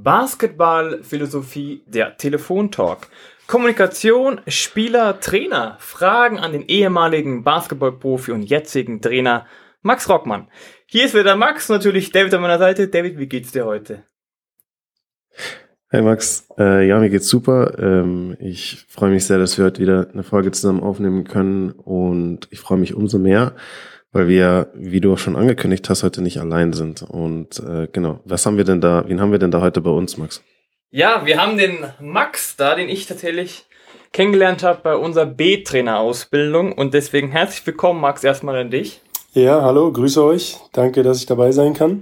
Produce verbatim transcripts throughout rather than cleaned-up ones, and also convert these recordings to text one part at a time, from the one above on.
Basketball-Philosophie, der Telefontalk. Kommunikation, Spieler, Trainer. Fragen an den ehemaligen Basketballprofi und jetzigen Trainer Max Rockmann. Hier ist wieder Max, natürlich David an meiner Seite. David, wie geht's dir heute? Hey Max, äh, ja, mir geht's super. Ähm, ich freue mich sehr, dass wir heute wieder eine Folge zusammen aufnehmen können und ich freue mich umso mehr, weil wir, wie du auch schon angekündigt hast, heute nicht allein sind. Und äh, genau, was haben wir denn da, wen haben wir denn da heute bei uns, Max? Ja, wir haben den Max da, den ich tatsächlich kennengelernt habe bei unserer B-Trainer-Ausbildung und deswegen herzlich willkommen, Max, erstmal an dich. Ja, hallo, grüße euch. Danke, dass ich dabei sein kann.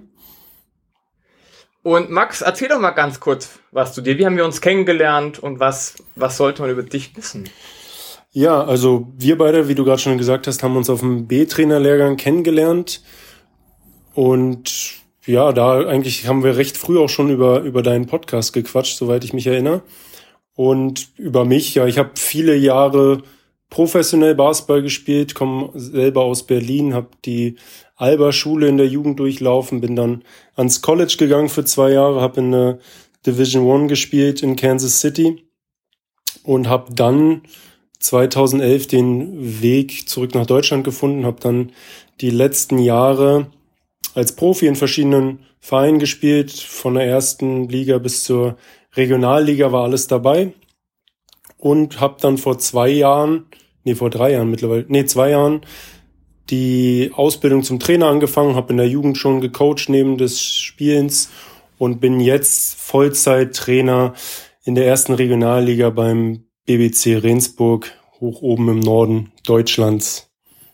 Und Max, erzähl doch mal ganz kurz was zu dir. Wie haben wir uns kennengelernt und was, was sollte man über dich wissen? Ja, also wir beide, wie du gerade schon gesagt hast, haben uns auf dem B-Trainer-Lehrgang kennengelernt. Und ja, da eigentlich haben wir recht früh auch schon über, über deinen Podcast gequatscht, soweit ich mich erinnere. Und über mich, ja, ich habe viele Jahre professionell Basketball gespielt, komme selber aus Berlin, habe die Alba-Schule in der Jugend durchlaufen, bin dann ans College gegangen für zwei Jahre, habe in der Division One gespielt in Kansas City und habe dann zweitausendelf den Weg zurück nach Deutschland gefunden, habe dann die letzten Jahre als Profi in verschiedenen Vereinen gespielt, von der ersten Liga bis zur Regionalliga war alles dabei und habe dann vor zwei Jahren, nee vor drei Jahren mittlerweile, nee zwei Jahren die Ausbildung zum Trainer angefangen, habe in der Jugend schon gecoacht neben des Spielens und bin jetzt Vollzeit-Trainer in der ersten Regionalliga beim B B C Rendsburg, hoch oben im Norden Deutschlands.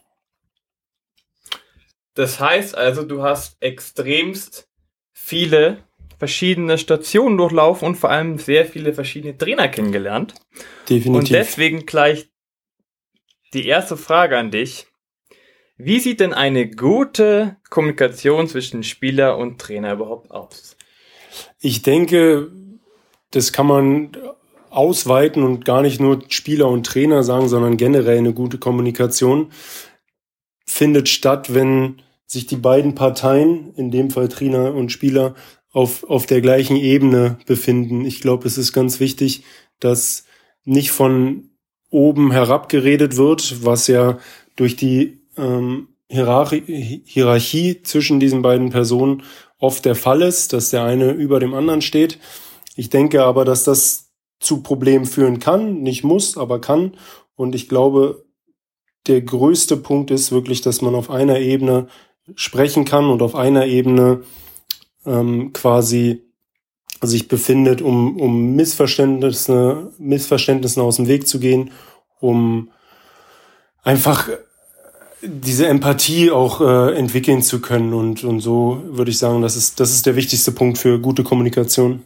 Das heißt also, du hast extremst viele verschiedene Stationen durchlaufen und vor allem sehr viele verschiedene Trainer kennengelernt. Definitiv. Und deswegen gleich die erste Frage an dich. Wie sieht denn eine gute Kommunikation zwischen Spieler und Trainer überhaupt aus? Ich denke, das kann man ausweiten und gar nicht nur Spieler und Trainer sagen, sondern generell eine gute Kommunikation findet statt, wenn sich die beiden Parteien, in dem Fall Trainer und Spieler, auf, auf der gleichen Ebene befinden. Ich glaube, es ist ganz wichtig, dass nicht von oben herab geredet wird, was ja durch die ähm, Hierarchie, Hierarchie zwischen diesen beiden Personen oft der Fall ist, dass der eine über dem anderen steht. Ich denke aber, dass das zu Problemen führen kann, nicht muss, aber kann. Und ich glaube, der größte Punkt ist wirklich, dass man auf einer Ebene sprechen kann und auf einer Ebene ähm, quasi sich befindet, um, um Missverständnisse, Missverständnissen aus dem Weg zu gehen, um einfach diese Empathie auch äh, entwickeln zu können. Und, und so würde ich sagen, das ist, das ist der wichtigste Punkt für gute Kommunikation.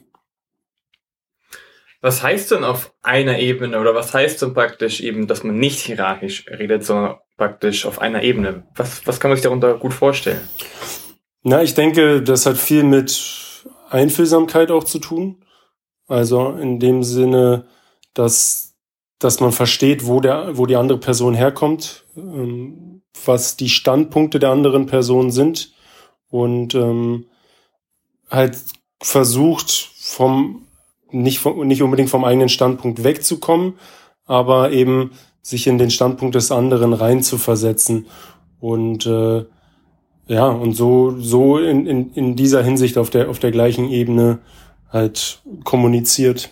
Was heißt denn auf einer Ebene oder was heißt denn praktisch eben, dass man nicht hierarchisch redet, sondern praktisch auf einer Ebene? Was, was kann man sich darunter gut vorstellen? Na, ich denke, das hat viel mit Einfühlsamkeit auch zu tun. Also in dem Sinne, dass, dass man versteht, wo der, wo die andere Person herkommt, ähm, was die Standpunkte der anderen Person sind und ähm, halt versucht vom nicht vom, nicht unbedingt vom eigenen Standpunkt wegzukommen, aber eben sich in den Standpunkt des anderen reinzuversetzen und äh, ja und so so in, in in dieser Hinsicht auf der auf der gleichen Ebene halt kommuniziert.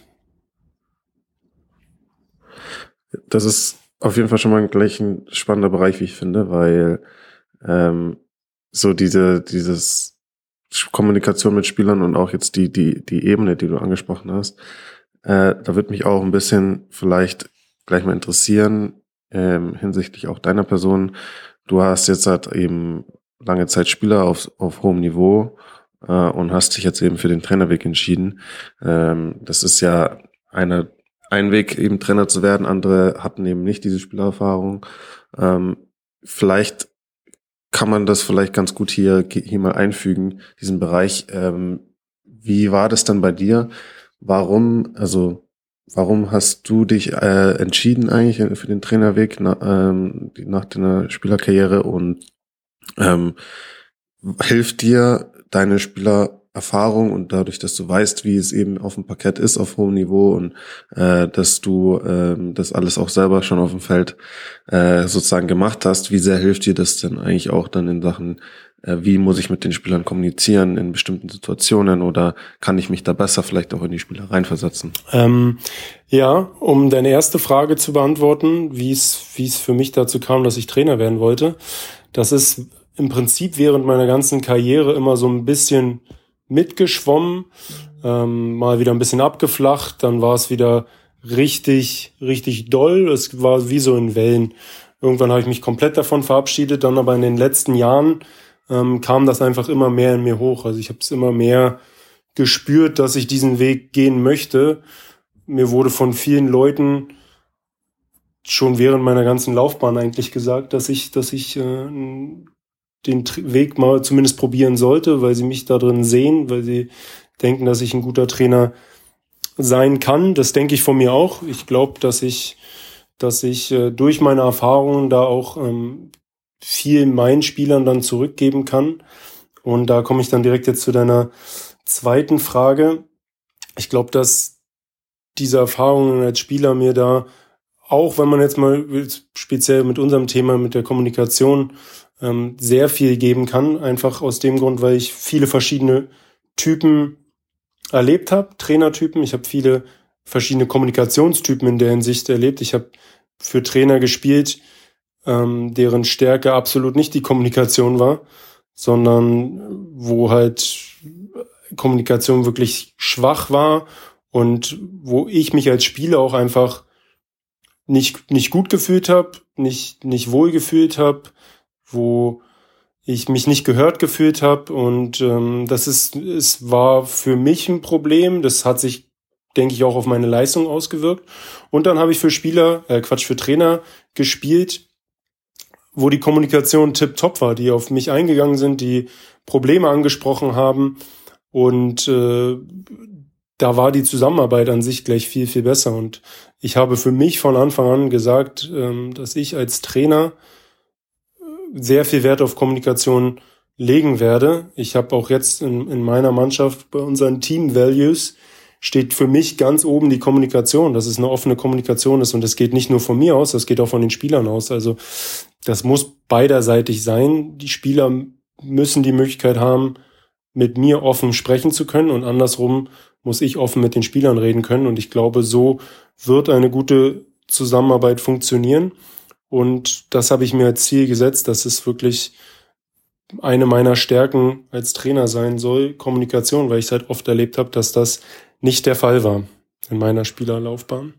Das ist auf jeden Fall schon mal gleich ein spannender Bereich, wie ich finde, weil ähm, so diese dieses Kommunikation mit Spielern und auch jetzt die die die Ebene, die du angesprochen hast, äh, da wird mich auch ein bisschen vielleicht gleich mal interessieren ähm, hinsichtlich auch deiner Person. Du hast jetzt halt eben lange Zeit Spieler auf auf hohem Niveau äh, und hast dich jetzt eben für den Trainerweg entschieden. Ähm, das ist ja eine ein Weg, eben Trainer zu werden. Andere hatten eben nicht diese Spielererfahrung. Ähm, vielleicht kann man das vielleicht ganz gut hier, hier mal einfügen, diesen Bereich. Ähm, wie war das dann bei dir? Warum, also, warum hast du dich äh, entschieden eigentlich für den Trainerweg na, ähm, nach deiner Spielerkarriere und ähm, hilft dir deine Spieler Erfahrung und dadurch, dass du weißt, wie es eben auf dem Parkett ist auf hohem Niveau und äh, dass du äh, das alles auch selber schon auf dem Feld äh, sozusagen gemacht hast, wie sehr hilft dir das denn eigentlich auch dann in Sachen, äh, wie muss ich mit den Spielern kommunizieren in bestimmten Situationen oder kann ich mich da besser vielleicht auch in die Spieler reinversetzen? Ähm, ja, um deine erste Frage zu beantworten, wie es wie es für mich dazu kam, dass ich Trainer werden wollte, das ist im Prinzip während meiner ganzen Karriere immer so ein bisschen mitgeschwommen, ähm, mal wieder ein bisschen abgeflacht, dann war es wieder richtig, richtig doll. Es war wie so in Wellen. Irgendwann habe ich mich komplett davon verabschiedet, dann aber in den letzten Jahren ähm, kam das einfach immer mehr in mir hoch. Also ich habe es immer mehr gespürt, dass ich diesen Weg gehen möchte. Mir wurde von vielen Leuten schon während meiner ganzen Laufbahn eigentlich gesagt, dass ich, dass ich äh, den Weg mal zumindest probieren sollte, weil sie mich da drin sehen, weil sie denken, dass ich ein guter Trainer sein kann. Das denke ich von mir auch. Ich glaube, dass ich, dass ich äh, durch meine Erfahrungen da auch ähm, viel meinen Spielern dann zurückgeben kann. Und da komme ich dann direkt jetzt zu deiner zweiten Frage. Ich glaube, dass diese Erfahrungen als Spieler mir da, auch wenn man jetzt mal speziell mit unserem Thema, mit der Kommunikation, ähm, sehr viel geben kann. Einfach aus dem Grund, weil ich viele verschiedene Typen erlebt habe, Trainertypen. Ich habe viele verschiedene Kommunikationstypen in der Hinsicht erlebt. Ich habe für Trainer gespielt, ähm, deren Stärke absolut nicht die Kommunikation war, sondern wo halt Kommunikation wirklich schwach war und wo ich mich als Spieler auch einfach nicht nicht gut gefühlt habe, nicht nicht wohl gefühlt habe, wo ich mich nicht gehört gefühlt habe und ähm, das ist es war für mich ein Problem. Das hat sich, denke ich, auch auf meine Leistung ausgewirkt. Und dann habe ich für Spieler, äh, Quatsch, für Trainer gespielt, wo die Kommunikation tipptopp war, die auf mich eingegangen sind, die Probleme angesprochen haben und äh, da war die Zusammenarbeit an sich gleich viel, viel besser. Und ich habe für mich von Anfang an gesagt, ähm, dass ich als Trainer sehr viel Wert auf Kommunikation legen werde. Ich habe auch jetzt in, in meiner Mannschaft bei unseren Team Values steht für mich ganz oben die Kommunikation, dass es eine offene Kommunikation ist und das geht nicht nur von mir aus, das geht auch von den Spielern aus. Also das muss beiderseitig sein. Die Spieler müssen die Möglichkeit haben, mit mir offen sprechen zu können und andersrum muss ich offen mit den Spielern reden können und ich glaube, so wird eine gute Zusammenarbeit funktionieren. Und das habe ich mir als Ziel gesetzt, dass es wirklich eine meiner Stärken als Trainer sein soll, Kommunikation, weil ich es halt oft erlebt habe, dass das nicht der Fall war in meiner Spielerlaufbahn.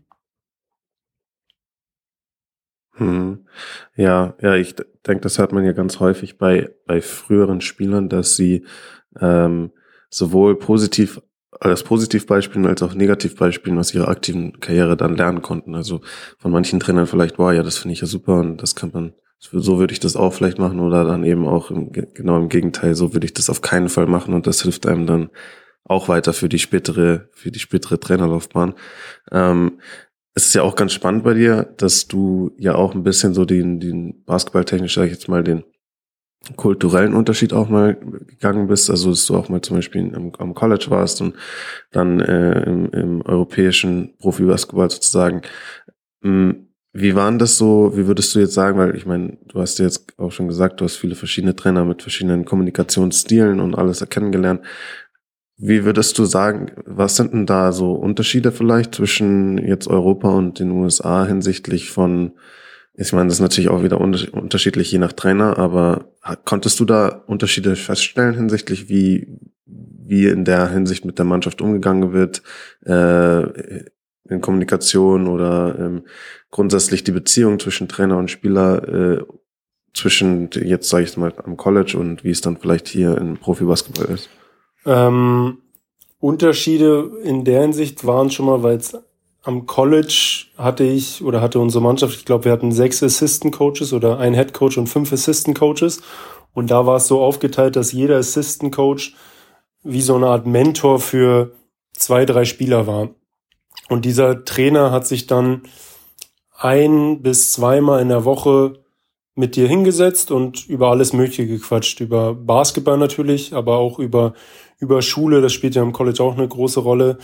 Hm. Ja, ja, ich denke, das hört man ja ganz häufig bei bei früheren Spielern, dass sie ähm, sowohl positiv als Positivbeispielen als auch Negativbeispielen aus ihrer aktiven Karriere dann lernen konnten. Also von manchen Trainern vielleicht, boah, ja, das finde ich ja super und das kann man, so würde ich das auch vielleicht machen oder dann eben auch im, genau im Gegenteil, so würde ich das auf keinen Fall machen und das hilft einem dann auch weiter für die spätere, für die spätere Trainerlaufbahn. Ähm, es ist ja auch ganz spannend bei dir, dass du ja auch ein bisschen so den, den basketballtechnisch, sag ich jetzt mal, den kulturellen Unterschied auch mal gegangen bist, also dass du auch mal zum Beispiel am, am College warst und dann äh, im, im europäischen Profibasketball sozusagen. Wie waren das so, wie würdest du jetzt sagen, weil ich meine, du hast ja jetzt auch schon gesagt, du hast viele verschiedene Trainer mit verschiedenen Kommunikationsstilen und alles kennengelernt. Wie würdest du sagen, was sind denn da so Unterschiede vielleicht zwischen jetzt Europa und den U S A hinsichtlich von, ich meine, das ist natürlich auch wieder unterschiedlich je nach Trainer, aber konntest du da Unterschiede feststellen hinsichtlich, wie wie in der Hinsicht mit der Mannschaft umgegangen wird, äh, in Kommunikation oder ähm, grundsätzlich die Beziehung zwischen Trainer und Spieler, äh, zwischen jetzt sage ich mal am College und wie es dann vielleicht hier im Profibasketball ist? Ähm, Unterschiede in der Hinsicht waren schon mal, weil es am College hatte ich oder hatte unsere Mannschaft, ich glaube, wir hatten sechs Assistant Coaches oder ein Head Coach und fünf Assistant Coaches. Und da war es so aufgeteilt, dass jeder Assistant Coach wie so eine Art Mentor für zwei, drei Spieler war. Und dieser Trainer hat sich dann ein bis zweimal in der Woche mit dir hingesetzt und über alles Mögliche gequatscht. Über Basketball natürlich, aber auch über, über Schule, das spielt ja im College auch eine große Rolle.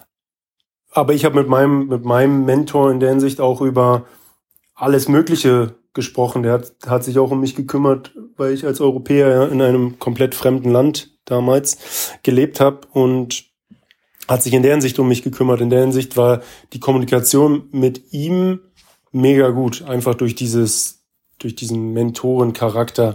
Aber ich habe mit meinem, mit meinem Mentor in der Hinsicht auch über alles Mögliche gesprochen. Der hat, hat sich auch um mich gekümmert, weil ich als Europäer in einem komplett fremden Land damals gelebt habe und hat sich in der Hinsicht um mich gekümmert. In der Hinsicht war die Kommunikation mit ihm mega gut, einfach durch dieses, durch diesen Mentorencharakter.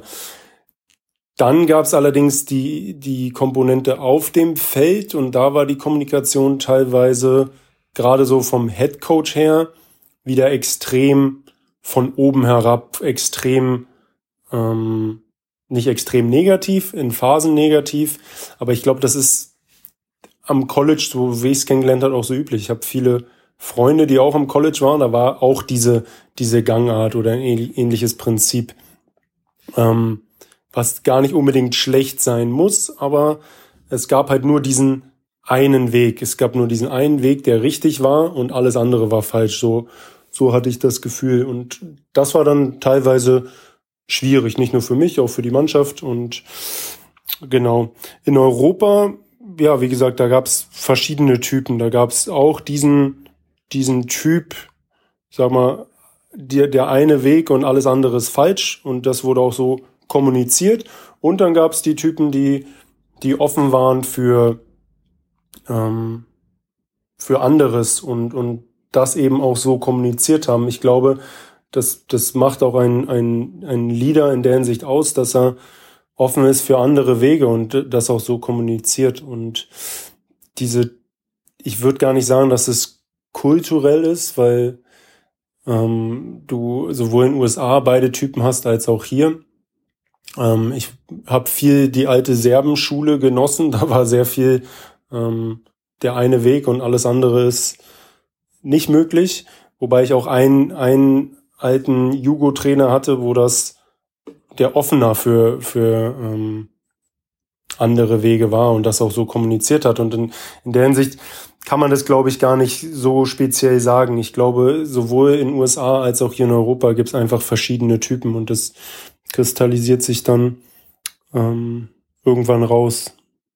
Dann gab es allerdings die, die Komponente auf dem Feld und da war die Kommunikation teilweise gerade so vom Headcoach her wieder extrem von oben herab, extrem, ähm, nicht extrem negativ, in Phasen negativ, aber ich glaube, das ist am College, so wie ich es kennengelernt habe, auch so üblich. Ich habe viele Freunde, die auch am College waren, da war auch diese, diese Gangart oder ein ähnliches Prinzip, ähm, was gar nicht unbedingt schlecht sein muss, aber es gab halt nur diesen einen Weg. Es gab nur diesen einen Weg, der richtig war und alles andere war falsch. So, so hatte ich das Gefühl. Und das war dann teilweise schwierig, nicht nur für mich, auch für die Mannschaft. Und genau, in Europa, ja, wie gesagt, da gab es verschiedene Typen. Da gab es auch diesen, diesen Typ, sag mal, der, der eine Weg und alles andere ist falsch. Und das wurde auch so kommuniziert. Und dann gab es die Typen, die, die offen waren für, ähm, für anderes und, und das eben auch so kommuniziert haben. Ich glaube, das, das macht auch ein, ein, ein Leader in der Hinsicht aus, dass er offen ist für andere Wege und das auch so kommuniziert. Und diese, ich würde gar nicht sagen, dass es kulturell ist, weil ähm, du sowohl in den U S A beide Typen hast als auch hier. Ähm, ich habe viel die alte Serbenschule genossen, da war sehr viel ähm, der eine Weg und alles andere ist nicht möglich. Wobei ich auch einen, einen alten Jugo-Trainer hatte, wo das der offener für, für ähm, andere Wege war und das auch so kommuniziert hat. Und in, in der Hinsicht kann man das, glaube ich, gar nicht so speziell sagen. Ich glaube, sowohl in den U S A als auch hier in Europa gibt es einfach verschiedene Typen und das kristallisiert sich dann ähm, irgendwann raus.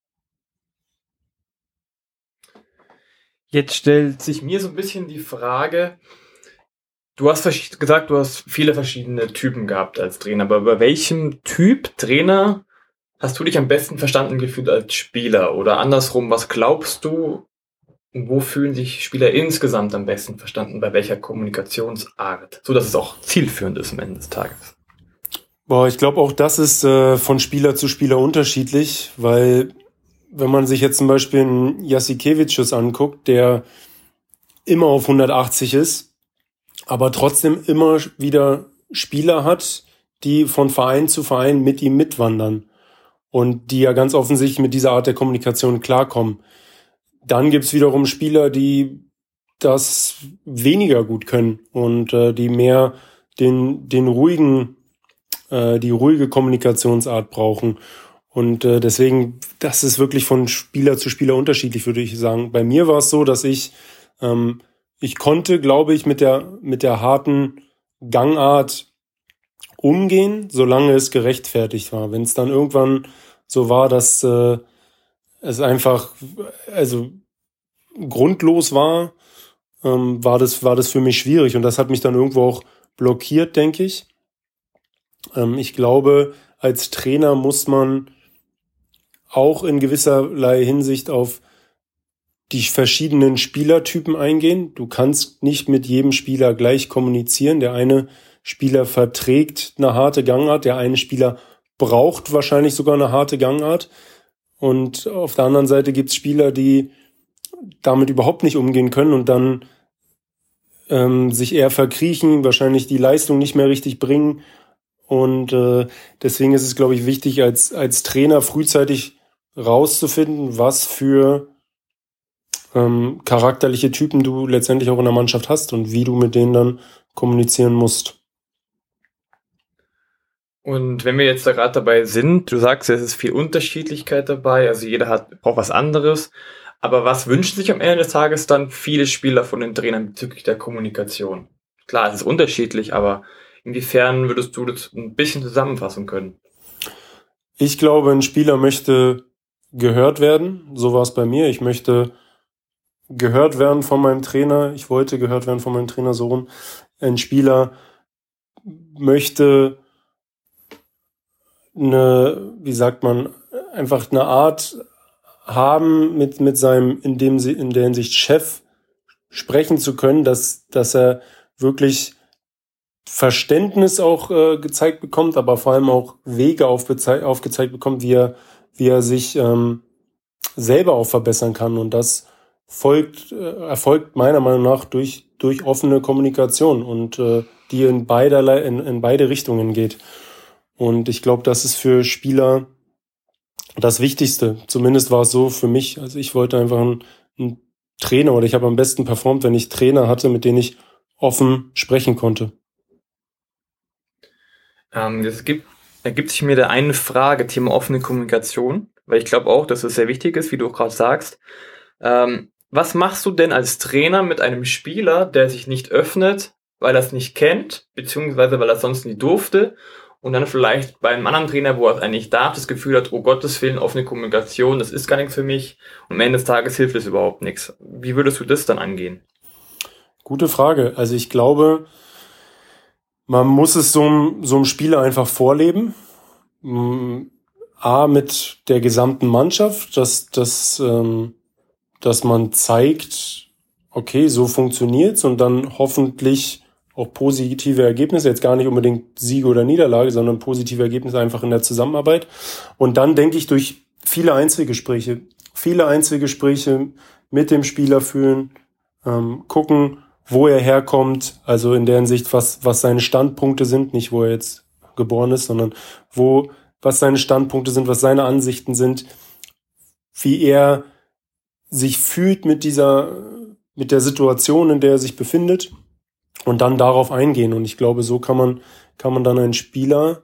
Jetzt stellt sich mir so ein bisschen die Frage, du hast gesagt, du hast viele verschiedene Typen gehabt als Trainer, aber über welchem Typ Trainer hast du dich am besten verstanden gefühlt als Spieler? Oder andersrum, was glaubst du, wo fühlen sich Spieler insgesamt am besten verstanden, bei welcher Kommunikationsart? So dass es auch zielführend ist am Ende des Tages. Boah, ich glaube auch das ist äh, von Spieler zu Spieler unterschiedlich, weil wenn man sich jetzt zum Beispiel einen Jasikevicius anguckt, der immer auf hundertachtzig ist, aber trotzdem immer wieder Spieler hat, die von Verein zu Verein mit ihm mitwandern und die ja ganz offensichtlich mit dieser Art der Kommunikation klarkommen. Dann gibt's wiederum Spieler, die das weniger gut können und äh, die mehr den den ruhigen äh, die ruhige Kommunikationsart brauchen. Und äh, deswegen, das ist wirklich von Spieler zu Spieler unterschiedlich, würde ich sagen. Bei mir war es so, dass ich ähm, ich konnte, glaube ich, mit der mit der harten Gangart umgehen, solange es gerechtfertigt war. Wenn es dann irgendwann so war, dass äh, es einfach also grundlos war, ähm, war das war das für mich schwierig und das hat mich dann irgendwo auch blockiert, denke ich. Ähm, ich glaube, als Trainer muss man auch in gewisserlei Hinsicht auf die verschiedenen Spielertypen eingehen. Du kannst nicht mit jedem Spieler gleich kommunizieren. Der eine Spieler verträgt eine harte Gangart, der eine Spieler braucht wahrscheinlich sogar eine harte Gangart. Und auf der anderen Seite gibt es Spieler, die damit überhaupt nicht umgehen können und dann ähm, sich eher verkriechen, wahrscheinlich die Leistung nicht mehr richtig bringen. Und äh, deswegen ist es, glaube ich, wichtig, als als Trainer frühzeitig rauszufinden, was für ähm, charakterliche Typen du letztendlich auch in der Mannschaft hast und wie du mit denen dann kommunizieren musst. Und wenn wir jetzt da gerade dabei sind, du sagst, es ist viel Unterschiedlichkeit dabei, also jeder hat braucht was anderes, aber was wünschen sich am Ende des Tages dann viele Spieler von den Trainern bezüglich der Kommunikation? Klar, es ist unterschiedlich, aber inwiefern würdest du das ein bisschen zusammenfassen können? Ich glaube, ein Spieler möchte gehört werden. So war es bei mir. Ich möchte gehört werden von meinem Trainer. Ich wollte gehört werden von meinem Trainer, so rum. Ein Spieler möchte eine, wie sagt man, einfach eine Art haben, mit, mit seinem, in dem, in der Hinsicht Chef sprechen zu können, dass, dass er wirklich Verständnis auch äh, gezeigt bekommt, aber vor allem auch Wege aufgezei- aufgezeigt bekommt, wie er, wie er sich ähm, selber auch verbessern kann. Und das folgt, äh, erfolgt meiner Meinung nach durch, durch offene Kommunikation und äh, die in beiderlei, in, in beide Richtungen geht. Und ich glaube, das ist für Spieler das Wichtigste. Zumindest war es so für mich. Also ich wollte einfach einen, einen Trainer, oder ich habe am besten performt, wenn ich Trainer hatte, mit denen ich offen sprechen konnte. Ähm, das gibt, ergibt sich mir da eine Frage, Thema offene Kommunikation, weil ich glaube auch, dass es sehr wichtig ist, wie du auch gerade sagst. Ähm, was machst du denn als Trainer mit einem Spieler, der sich nicht öffnet, weil er es nicht kennt, beziehungsweise weil er es sonst nie durfte, und dann vielleicht bei einem anderen Trainer, wo er es eigentlich darf, das Gefühl hat, oh Gottes Willen, offene Kommunikation, das ist gar nichts für mich, und am Ende des Tages hilft es überhaupt nichts. Wie würdest du das dann angehen? Gute Frage. Also ich glaube, man muss es so einem, so einem Spieler einfach vorleben. A, mit der gesamten Mannschaft, dass, dass, ähm, dass man zeigt, okay, so funktioniert's, und dann hoffentlich auch positive Ergebnisse, jetzt gar nicht unbedingt Siege oder Niederlage, sondern positive Ergebnisse einfach in der Zusammenarbeit. Und dann denke ich, durch viele Einzelgespräche, viele Einzelgespräche mit dem Spieler führen, ähm, gucken, wo er herkommt, also in der Hinsicht, was, was seine Standpunkte sind, nicht wo er jetzt geboren ist, sondern wo, was seine Standpunkte sind, was seine Ansichten sind, wie er sich fühlt mit dieser, mit der Situation, in der er sich befindet, und dann darauf eingehen. Und ich glaube, so kann man, kann man dann einen Spieler,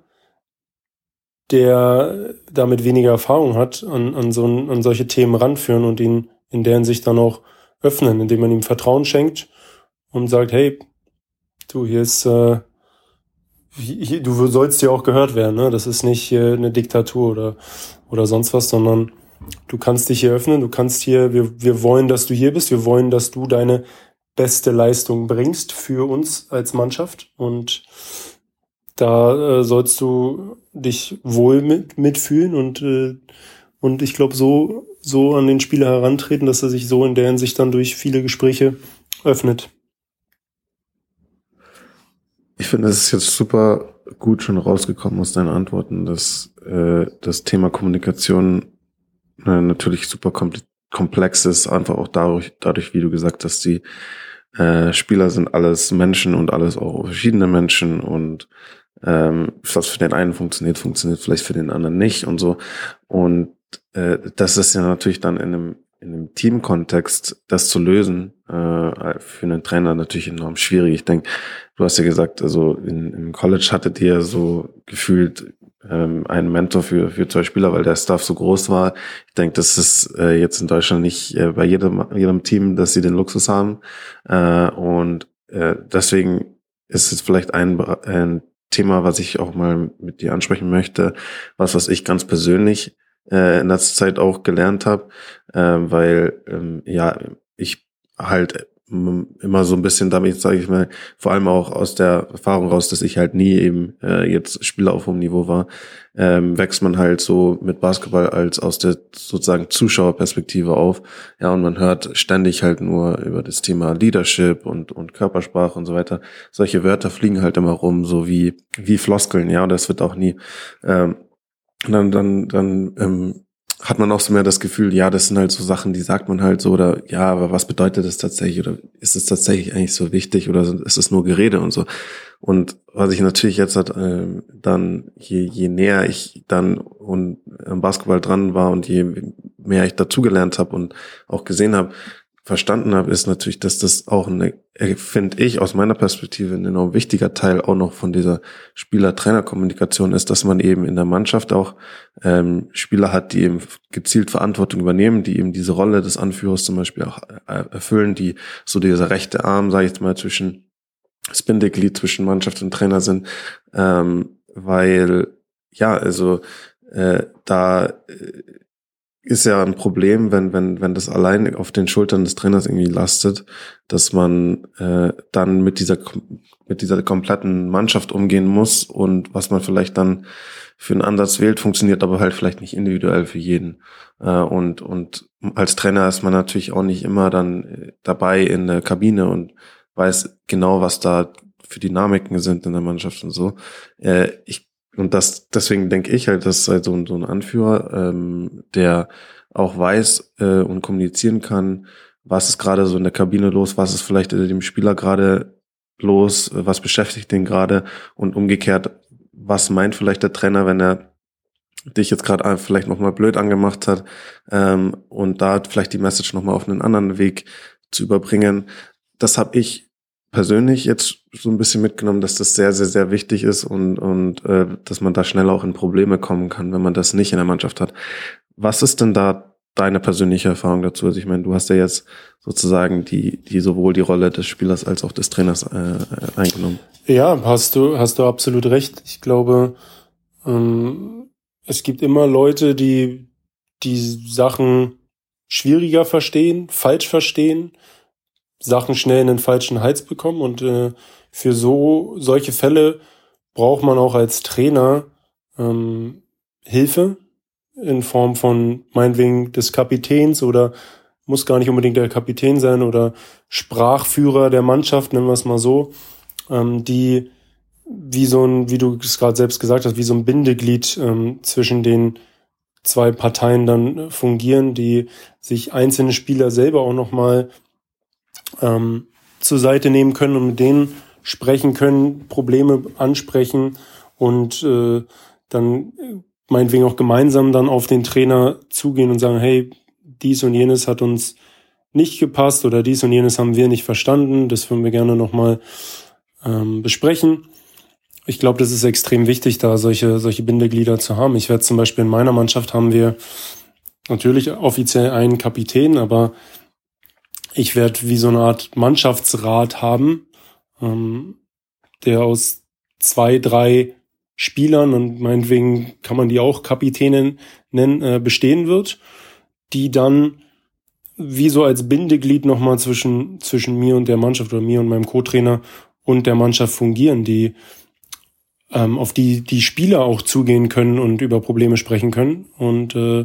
der damit weniger Erfahrung hat, an, an so, an solche Themen ranführen und ihn in der Hinsicht dann auch öffnen, indem man ihm Vertrauen schenkt und sagt, hey, du, hier ist, äh, hier, du sollst ja auch gehört werden, ne? Das ist nicht äh, eine Diktatur oder, oder sonst was, sondern du kannst dich hier öffnen, du kannst hier, wir, wir wollen, dass du hier bist, wir wollen, dass du deine beste Leistung bringst für uns als Mannschaft, und da äh, sollst du dich wohl mit, mitfühlen und, äh, und ich glaube, so, so an den Spieler herantreten, dass er sich so in der Hinsicht dann durch viele Gespräche öffnet. Ich finde, es ist jetzt super gut schon rausgekommen aus deinen Antworten, dass äh, das Thema Kommunikation äh, natürlich super komplex ist, einfach auch dadurch, dadurch, wie du gesagt hast, die äh, Spieler sind alles Menschen und alles auch verschiedene Menschen, und ähm, was für den einen funktioniert, funktioniert vielleicht für den anderen nicht und so. Und äh, das ist ja natürlich dann in einem in einem Teamkontext das zu lösen, äh, für einen Trainer natürlich enorm schwierig. Ich denke, du hast ja gesagt, also in, im College hattet ihr so gefühlt ähm, einen Mentor für für zwei Spieler, weil der Staff so groß war. Ich denke, das ist äh, jetzt in Deutschland nicht äh, bei jedem jedem Team, dass sie den Luxus haben. Äh, und äh, deswegen ist es vielleicht ein, ein Thema, was ich auch mal mit dir ansprechen möchte, was was ich ganz persönlich äh, in letzter Zeit auch gelernt habe, äh, weil ähm, ja ich halt immer so ein bisschen damit, sage ich mal, vor allem auch aus der Erfahrung raus, dass ich halt nie eben äh, jetzt Spieler auf hohem Niveau war, ähm, wächst man halt so mit Basketball als aus der sozusagen Zuschauerperspektive auf. Ja, und man hört ständig halt nur über das Thema Leadership und und Körpersprache und so weiter. Solche Wörter fliegen halt immer rum, so wie wie Floskeln, ja, und das wird auch nie ähm, dann dann dann ähm, hat man auch so mehr das Gefühl, ja, das sind halt so Sachen, die sagt man halt so, oder ja, aber was bedeutet das tatsächlich, oder ist es tatsächlich eigentlich so wichtig, oder ist es nur Gerede und so. Und was ich natürlich jetzt halt, äh, dann, je, je näher ich dann und am Basketball dran war und je mehr ich dazugelernt habe und auch gesehen habe, verstanden habe, ist natürlich, dass das auch eine, finde ich aus meiner Perspektive, ein enorm wichtiger Teil auch noch von dieser Spieler-Trainer-Kommunikation ist, dass man eben in der Mannschaft auch ähm, Spieler hat, die eben gezielt Verantwortung übernehmen, die eben diese Rolle des Anführers zum Beispiel auch erfüllen, die so dieser rechte Arm, sage ich jetzt mal, zwischen Spindeglied zwischen Mannschaft und Trainer sind, ähm, weil ja, also äh, da äh, ist ja ein Problem, wenn wenn wenn das allein auf den Schultern des Trainers irgendwie lastet, dass man äh, dann mit dieser mit dieser kompletten Mannschaft umgehen muss und was man vielleicht dann für einen Ansatz wählt, funktioniert aber halt vielleicht nicht individuell für jeden. Äh, und und als Trainer ist man natürlich auch nicht immer dann dabei in der Kabine und weiß genau, was da für Dynamiken sind in der Mannschaft und so. Äh, ich Und das, deswegen denke ich halt, dass halt so ein, so ein Anführer, ähm, der auch weiß äh, und kommunizieren kann, was ist gerade so in der Kabine los, was ist vielleicht in dem Spieler gerade los, äh, was beschäftigt den gerade und umgekehrt, was meint vielleicht der Trainer, wenn er dich jetzt gerade vielleicht nochmal blöd angemacht hat, ähm, und da vielleicht die Message nochmal auf einen anderen Weg zu überbringen. Das habe ich persönlich jetzt so ein bisschen mitgenommen, dass das sehr, sehr, sehr wichtig ist und und äh, dass man da schnell auch in Probleme kommen kann, wenn man das nicht in der Mannschaft hat. Was ist denn da deine persönliche Erfahrung dazu? Also ich meine, du hast ja jetzt sozusagen die die sowohl die Rolle des Spielers als auch des Trainers äh, eingenommen. Ja, hast du hast du absolut recht. Ich glaube, ähm, es gibt immer Leute, die die Sachen schwieriger verstehen, falsch verstehen, Sachen schnell in den falschen Hals bekommen und äh, für so solche Fälle braucht man auch als Trainer ähm, Hilfe in Form von meinetwegen des Kapitäns oder muss gar nicht unbedingt der Kapitän sein oder Sprachführer der Mannschaft, nennen wir es mal so, ähm, die wie so ein, wie du es gerade selbst gesagt hast, wie so ein Bindeglied ähm, zwischen den zwei Parteien dann fungieren, die sich einzelne Spieler selber auch nochmal ähm, zur Seite nehmen können und mit denen sprechen können, Probleme ansprechen und äh, dann meinetwegen auch gemeinsam dann auf den Trainer zugehen und sagen, hey, dies und jenes hat uns nicht gepasst oder dies und jenes haben wir nicht verstanden, das würden wir gerne nochmal ähm, besprechen. Ich glaube, das ist extrem wichtig, da solche solche Bindeglieder zu haben. Ich werde zum Beispiel in meiner Mannschaft haben wir natürlich offiziell einen Kapitän, aber ich werde wie so eine Art Mannschaftsrat haben, ähm, der aus zwei, drei Spielern, und meinetwegen kann man die auch Kapitäne nennen, äh, bestehen wird, die dann wie so als Bindeglied nochmal zwischen zwischen mir und der Mannschaft oder mir und meinem Co-Trainer und der Mannschaft fungieren, die ähm, auf die die Spieler auch zugehen können und über Probleme sprechen können. Und äh,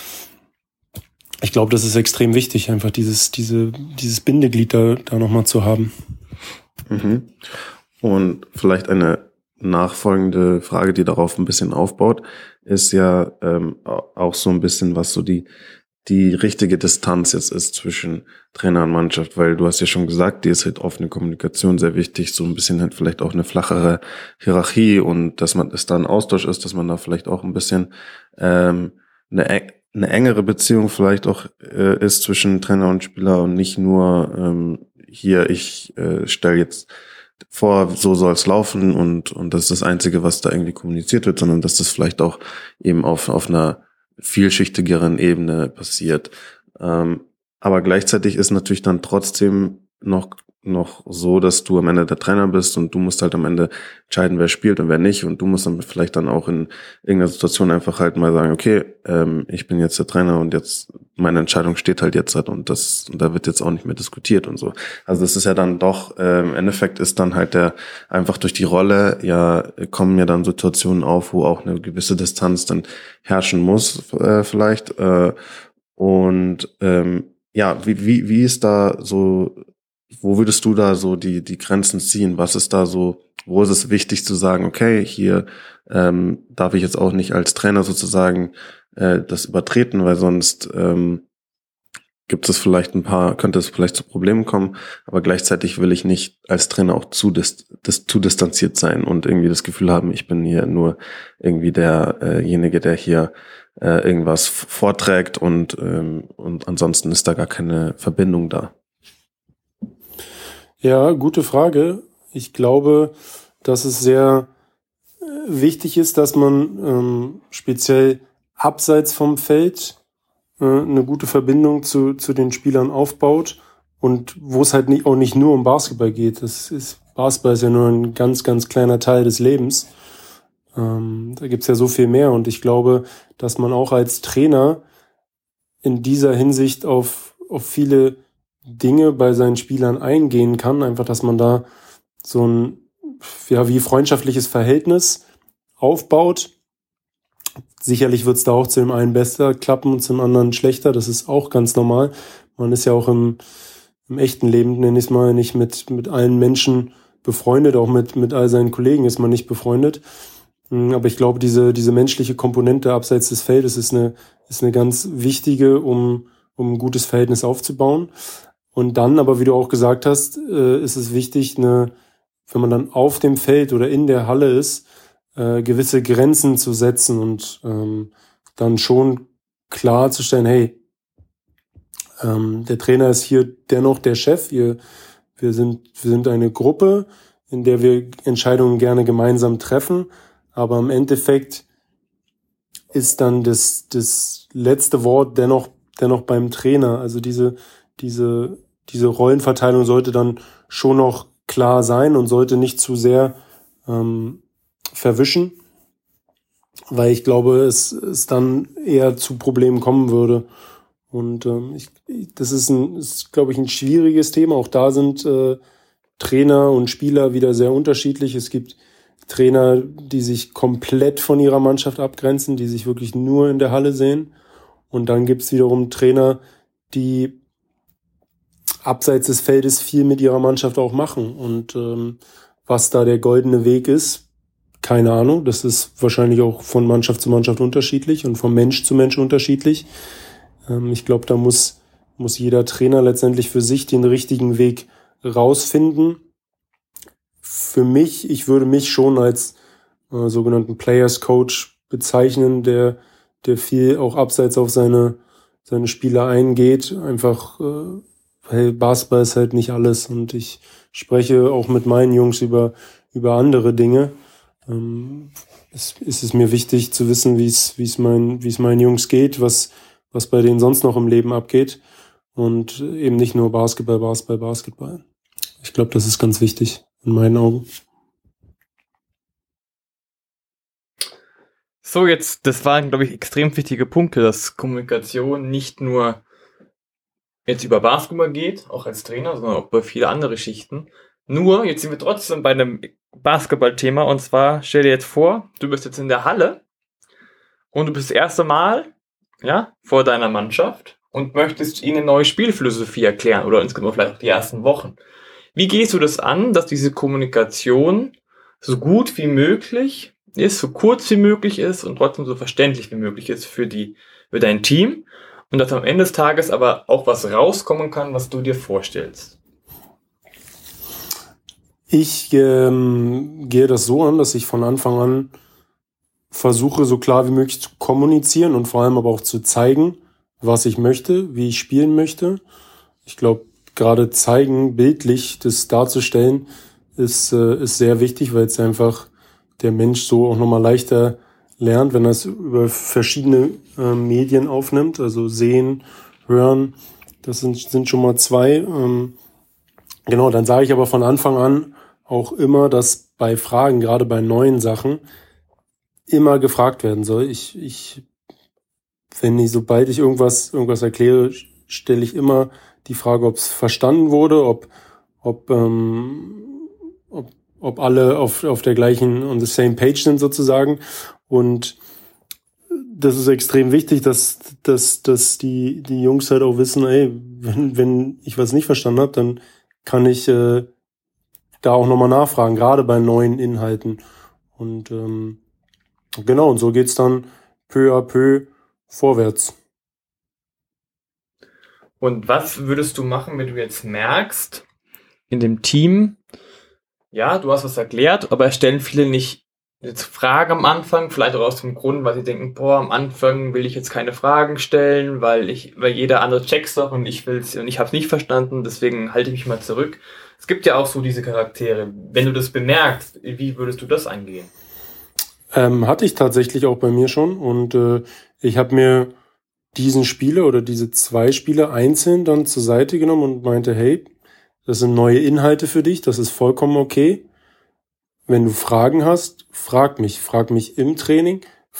ich glaube, das ist extrem wichtig, einfach dieses diese dieses Bindeglied da, da nochmal zu haben. Mhm. Und vielleicht eine nachfolgende Frage, die darauf ein bisschen aufbaut, ist ja ähm, auch so ein bisschen, was so die die richtige Distanz jetzt ist zwischen Trainer und Mannschaft, weil du hast ja schon gesagt, dir ist halt offene Kommunikation sehr wichtig, so ein bisschen halt vielleicht auch eine flachere Hierarchie und dass man es da ein Austausch ist, dass man da vielleicht auch ein bisschen ähm, eine eine engere Beziehung vielleicht auch äh, ist zwischen Trainer und Spieler und nicht nur ähm, hier, ich äh, stelle jetzt vor, so soll es laufen und und das ist das Einzige, was da irgendwie kommuniziert wird, sondern dass das vielleicht auch eben auf auf einer vielschichtigeren Ebene passiert. Ähm, aber gleichzeitig ist natürlich dann trotzdem noch noch so, dass du am Ende der Trainer bist und du musst halt am Ende entscheiden, wer spielt und wer nicht und du musst dann vielleicht dann auch in irgendeiner Situation einfach halt mal sagen, okay, ähm, ich bin jetzt der Trainer und jetzt meine Entscheidung steht halt jetzt halt und das und da wird jetzt auch nicht mehr diskutiert und so. Also das ist ja dann doch, äh, im Endeffekt ist dann halt der einfach durch die Rolle, ja, kommen ja dann Situationen auf, wo auch eine gewisse Distanz dann herrschen muss, äh, vielleicht. Äh, und ähm, ja, wie wie wie ist da so, wo würdest du da so die die Grenzen ziehen? Was ist da so, wo ist es wichtig zu sagen, okay, hier ähm, darf ich jetzt auch nicht als Trainer sozusagen äh, das übertreten, weil sonst ähm, gibt es vielleicht ein paar, könnte es vielleicht zu Problemen kommen, aber gleichzeitig will ich nicht als Trainer auch zu dis, dis, zu distanziert sein und irgendwie das Gefühl haben, ich bin hier nur irgendwie derjenige, äh der hier äh, irgendwas vorträgt und ähm, und ansonsten ist da gar keine Verbindung da. Ja, gute Frage. Ich glaube, dass es sehr wichtig ist, dass man ähm, speziell abseits vom Feld äh, eine gute Verbindung zu zu den Spielern aufbaut und wo es halt nicht, auch nicht nur um Basketball geht. Das ist, Basketball ist ja nur ein ganz, ganz kleiner Teil des Lebens. Ähm, da gibt's ja so viel mehr und ich glaube, dass man auch als Trainer in dieser Hinsicht auf, auf viele Dinge bei seinen Spielern eingehen kann. Einfach, dass man da so ein, ja, wie freundschaftliches Verhältnis aufbaut. Sicherlich wird es da auch zu dem einen besser klappen und zum anderen schlechter. Das ist auch ganz normal. Man ist ja auch im, im echten Leben, nenne ich es mal, nicht mit, mit allen Menschen befreundet. Auch mit, mit all seinen Kollegen ist man nicht befreundet. Aber ich glaube, diese, diese menschliche Komponente abseits des Feldes ist eine, ist eine ganz wichtige, um, um ein gutes Verhältnis aufzubauen. Und dann, aber wie du auch gesagt hast, äh, ist es wichtig, eine, wenn man dann auf dem Feld oder in der Halle ist, äh, gewisse Grenzen zu setzen und ähm, dann schon klarzustellen, hey, ähm, der Trainer ist hier dennoch der Chef, wir, wir sind, wir sind eine Gruppe, in der wir Entscheidungen gerne gemeinsam treffen, aber im Endeffekt ist dann das, das letzte Wort dennoch, dennoch beim Trainer. Also diese, diese, diese Rollenverteilung sollte dann schon noch klar sein und sollte nicht zu sehr ähm, verwischen, weil ich glaube, es, es dann eher zu Problemen kommen würde. Und ähm, ich, das ist, ein, ist, glaube ich, ein schwieriges Thema. Auch da sind äh, Trainer und Spieler wieder sehr unterschiedlich. Es gibt Trainer, die sich komplett von ihrer Mannschaft abgrenzen, die sich wirklich nur in der Halle sehen. Und dann gibt es wiederum Trainer, die abseits des Feldes viel mit ihrer Mannschaft auch machen. Und ähm, was da der goldene Weg ist, keine Ahnung. Das ist wahrscheinlich auch von Mannschaft zu Mannschaft unterschiedlich und von Mensch zu Mensch unterschiedlich. Ähm, ich glaube, da muss, muss jeder Trainer letztendlich für sich den richtigen Weg rausfinden. Für mich, ich würde mich schon als äh, sogenannten Players Coach bezeichnen, der, der viel auch abseits auf seine, seine Spieler eingeht. Einfach, äh, weil Basketball ist halt nicht alles und ich spreche auch mit meinen Jungs über, über andere Dinge. Ähm, es, ist es mir wichtig zu wissen, wie es, wie es mein, wie es meinen Jungs geht, was, was bei denen sonst noch im Leben abgeht und eben nicht nur Basketball, Basketball, Basketball. Ich glaube, das ist ganz wichtig in meinen Augen. So, jetzt, das waren, glaube ich, extrem wichtige Punkte, dass Kommunikation nicht nur jetzt über Basketball geht, auch als Trainer, sondern auch bei vielen anderen Schichten. Nur, jetzt sind wir trotzdem bei einem Basketball-Thema und zwar, stell dir jetzt vor, du bist jetzt in der Halle und du bist das erste Mal, ja, vor deiner Mannschaft und möchtest ihnen eine neue Spielphilosophie erklären oder insgesamt vielleicht auch die ersten Wochen. Wie gehst du das an, dass diese Kommunikation so gut wie möglich ist, so kurz wie möglich ist und trotzdem so verständlich wie möglich ist für die, für dein Team und dass am Ende des Tages aber auch was rauskommen kann, was du dir vorstellst? Ich ähm, gehe das so an, dass ich von Anfang an versuche, so klar wie möglich zu kommunizieren und vor allem aber auch zu zeigen, was ich möchte, wie ich spielen möchte. Ich glaube, gerade zeigen, bildlich das darzustellen, ist, äh, ist sehr wichtig, weil es einfach der Mensch so auch nochmal leichter lernt, wenn er es über verschiedene äh, Medien aufnimmt, also sehen, hören, das sind, sind schon mal zwei. Ähm, genau, dann sage ich aber von Anfang an auch immer, dass bei Fragen, gerade bei neuen Sachen, immer gefragt werden soll. Ich, ich, wenn ich, sobald ich irgendwas, irgendwas erkläre, stelle ich immer die Frage, ob es verstanden wurde, ob, ob, ähm, ob, ob alle auf, auf der gleichen, on the same page sind sozusagen. Und das ist extrem wichtig, dass, dass, dass die, die Jungs halt auch wissen, ey, wenn, wenn ich was nicht verstanden habe, dann kann ich äh, da auch nochmal nachfragen, gerade bei neuen Inhalten. Und ähm, genau, und so geht's dann peu à peu vorwärts. Und was würdest du machen, wenn du jetzt merkst, in dem Team, ja, du hast was erklärt, aber es stellen viele nicht jetzt Fragen am Anfang, vielleicht auch aus dem Grund, weil sie denken, boah, am Anfang will ich jetzt keine Fragen stellen, weil ich, weil jeder andere checkt's doch und ich will's und ich habe es nicht verstanden, deswegen halte ich mich mal zurück. Es gibt ja auch so diese Charaktere. Wenn du das bemerkst, wie würdest du das angehen? Ähm, hatte ich tatsächlich auch bei mir schon und äh, ich habe mir diesen Spieler oder diese zwei Spieler einzeln dann zur Seite genommen und meinte, hey, das sind neue Inhalte für dich, das ist vollkommen okay. Wenn du Fragen hast, frag mich. Frag mich im Training,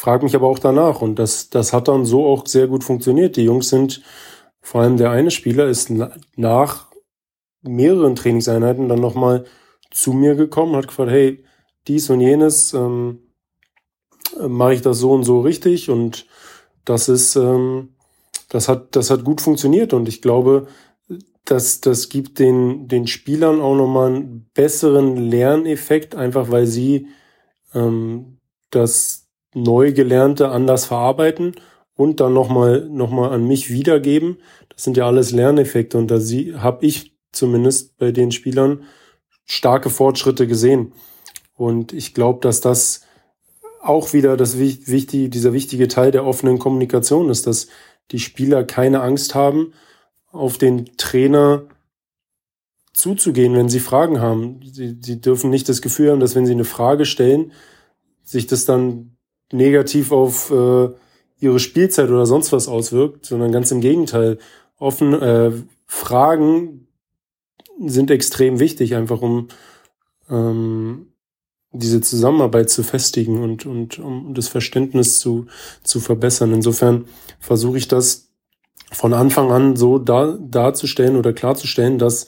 frage mich aber auch danach. Und das, das hat dann so auch sehr gut funktioniert. Die Jungs sind, vor allem der eine Spieler ist na, nach mehreren Trainingseinheiten dann nochmal zu mir gekommen, hat gefragt, hey, dies und jenes, ähm, mache ich das so und so richtig, und das ist, ähm, das hat, das hat gut funktioniert, und ich glaube, dass das gibt den, den Spielern auch nochmal einen besseren Lerneffekt, einfach weil sie ähm, das Neugelernte anders verarbeiten und dann nochmal, nochmal an mich wiedergeben. Das sind ja alles Lerneffekte, und da habe ich zumindest bei den Spielern starke Fortschritte gesehen. Und ich glaube, dass das auch wieder das wichtige, dieser wichtige Teil der offenen Kommunikation ist, dass die Spieler keine Angst haben, auf den Trainer zuzugehen, wenn sie Fragen haben. Sie, sie dürfen nicht das Gefühl haben, dass wenn sie eine Frage stellen, sich das dann negativ auf äh, ihre Spielzeit oder sonst was auswirkt, sondern ganz im Gegenteil. Offen, äh, Fragen sind extrem wichtig, einfach um ähm, diese Zusammenarbeit zu festigen und, und um das Verständnis zu, zu verbessern. Insofern versuche ich das von Anfang an so dar, darzustellen oder klarzustellen, dass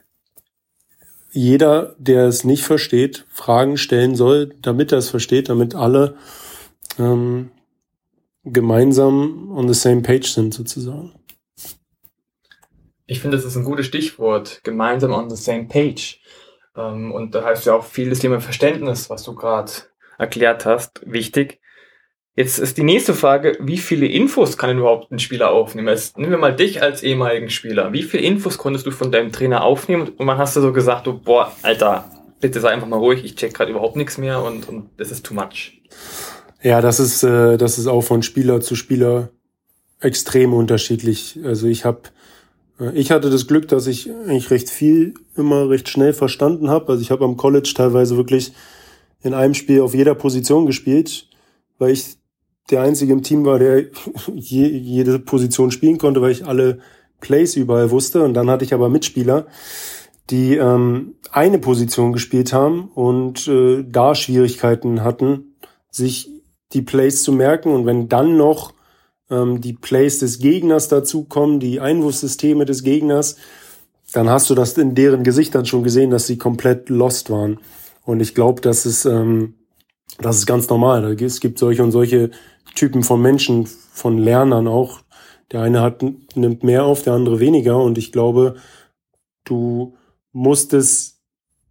jeder, der es nicht versteht, Fragen stellen soll, damit er es versteht, damit alle ähm, gemeinsam on the same page sind, sozusagen. Ich finde, das ist ein gutes Stichwort, gemeinsam on the same page. Und da heißt ja auch viel das Thema Verständnis, was du gerade erklärt hast, wichtig. Jetzt ist die nächste Frage, wie viele Infos kann denn überhaupt ein Spieler aufnehmen? Jetzt nehmen wir mal dich als ehemaligen Spieler. Wie viele Infos konntest du von deinem Trainer aufnehmen? Und wann hast du so gesagt, du, boah, Alter, bitte sei einfach mal ruhig, ich check gerade überhaupt nichts mehr und, und das ist too much. Ja, das ist, äh, das ist auch von Spieler zu Spieler extrem unterschiedlich. Also ich habe Ich hatte das Glück, dass ich eigentlich recht viel immer recht schnell verstanden habe. Also ich habe am College teilweise wirklich in einem Spiel auf jeder Position gespielt, weil ich der Einzige im Team war, der je, jede Position spielen konnte, weil ich alle Plays überall wusste. Und dann hatte ich aber Mitspieler, die ähm, eine Position gespielt haben und äh, da Schwierigkeiten hatten, sich die Plays zu merken. Und wenn dann noch die Plays des Gegners dazukommen, die Einwurfsysteme des Gegners, dann hast du das in deren Gesichtern schon gesehen, dass sie komplett lost waren. Und ich glaube, das ist, ähm, das ist ganz normal. Es gibt solche und solche Typen von Menschen, von Lernern auch. Der eine hat, nimmt mehr auf, der andere weniger. Und ich glaube, du musst es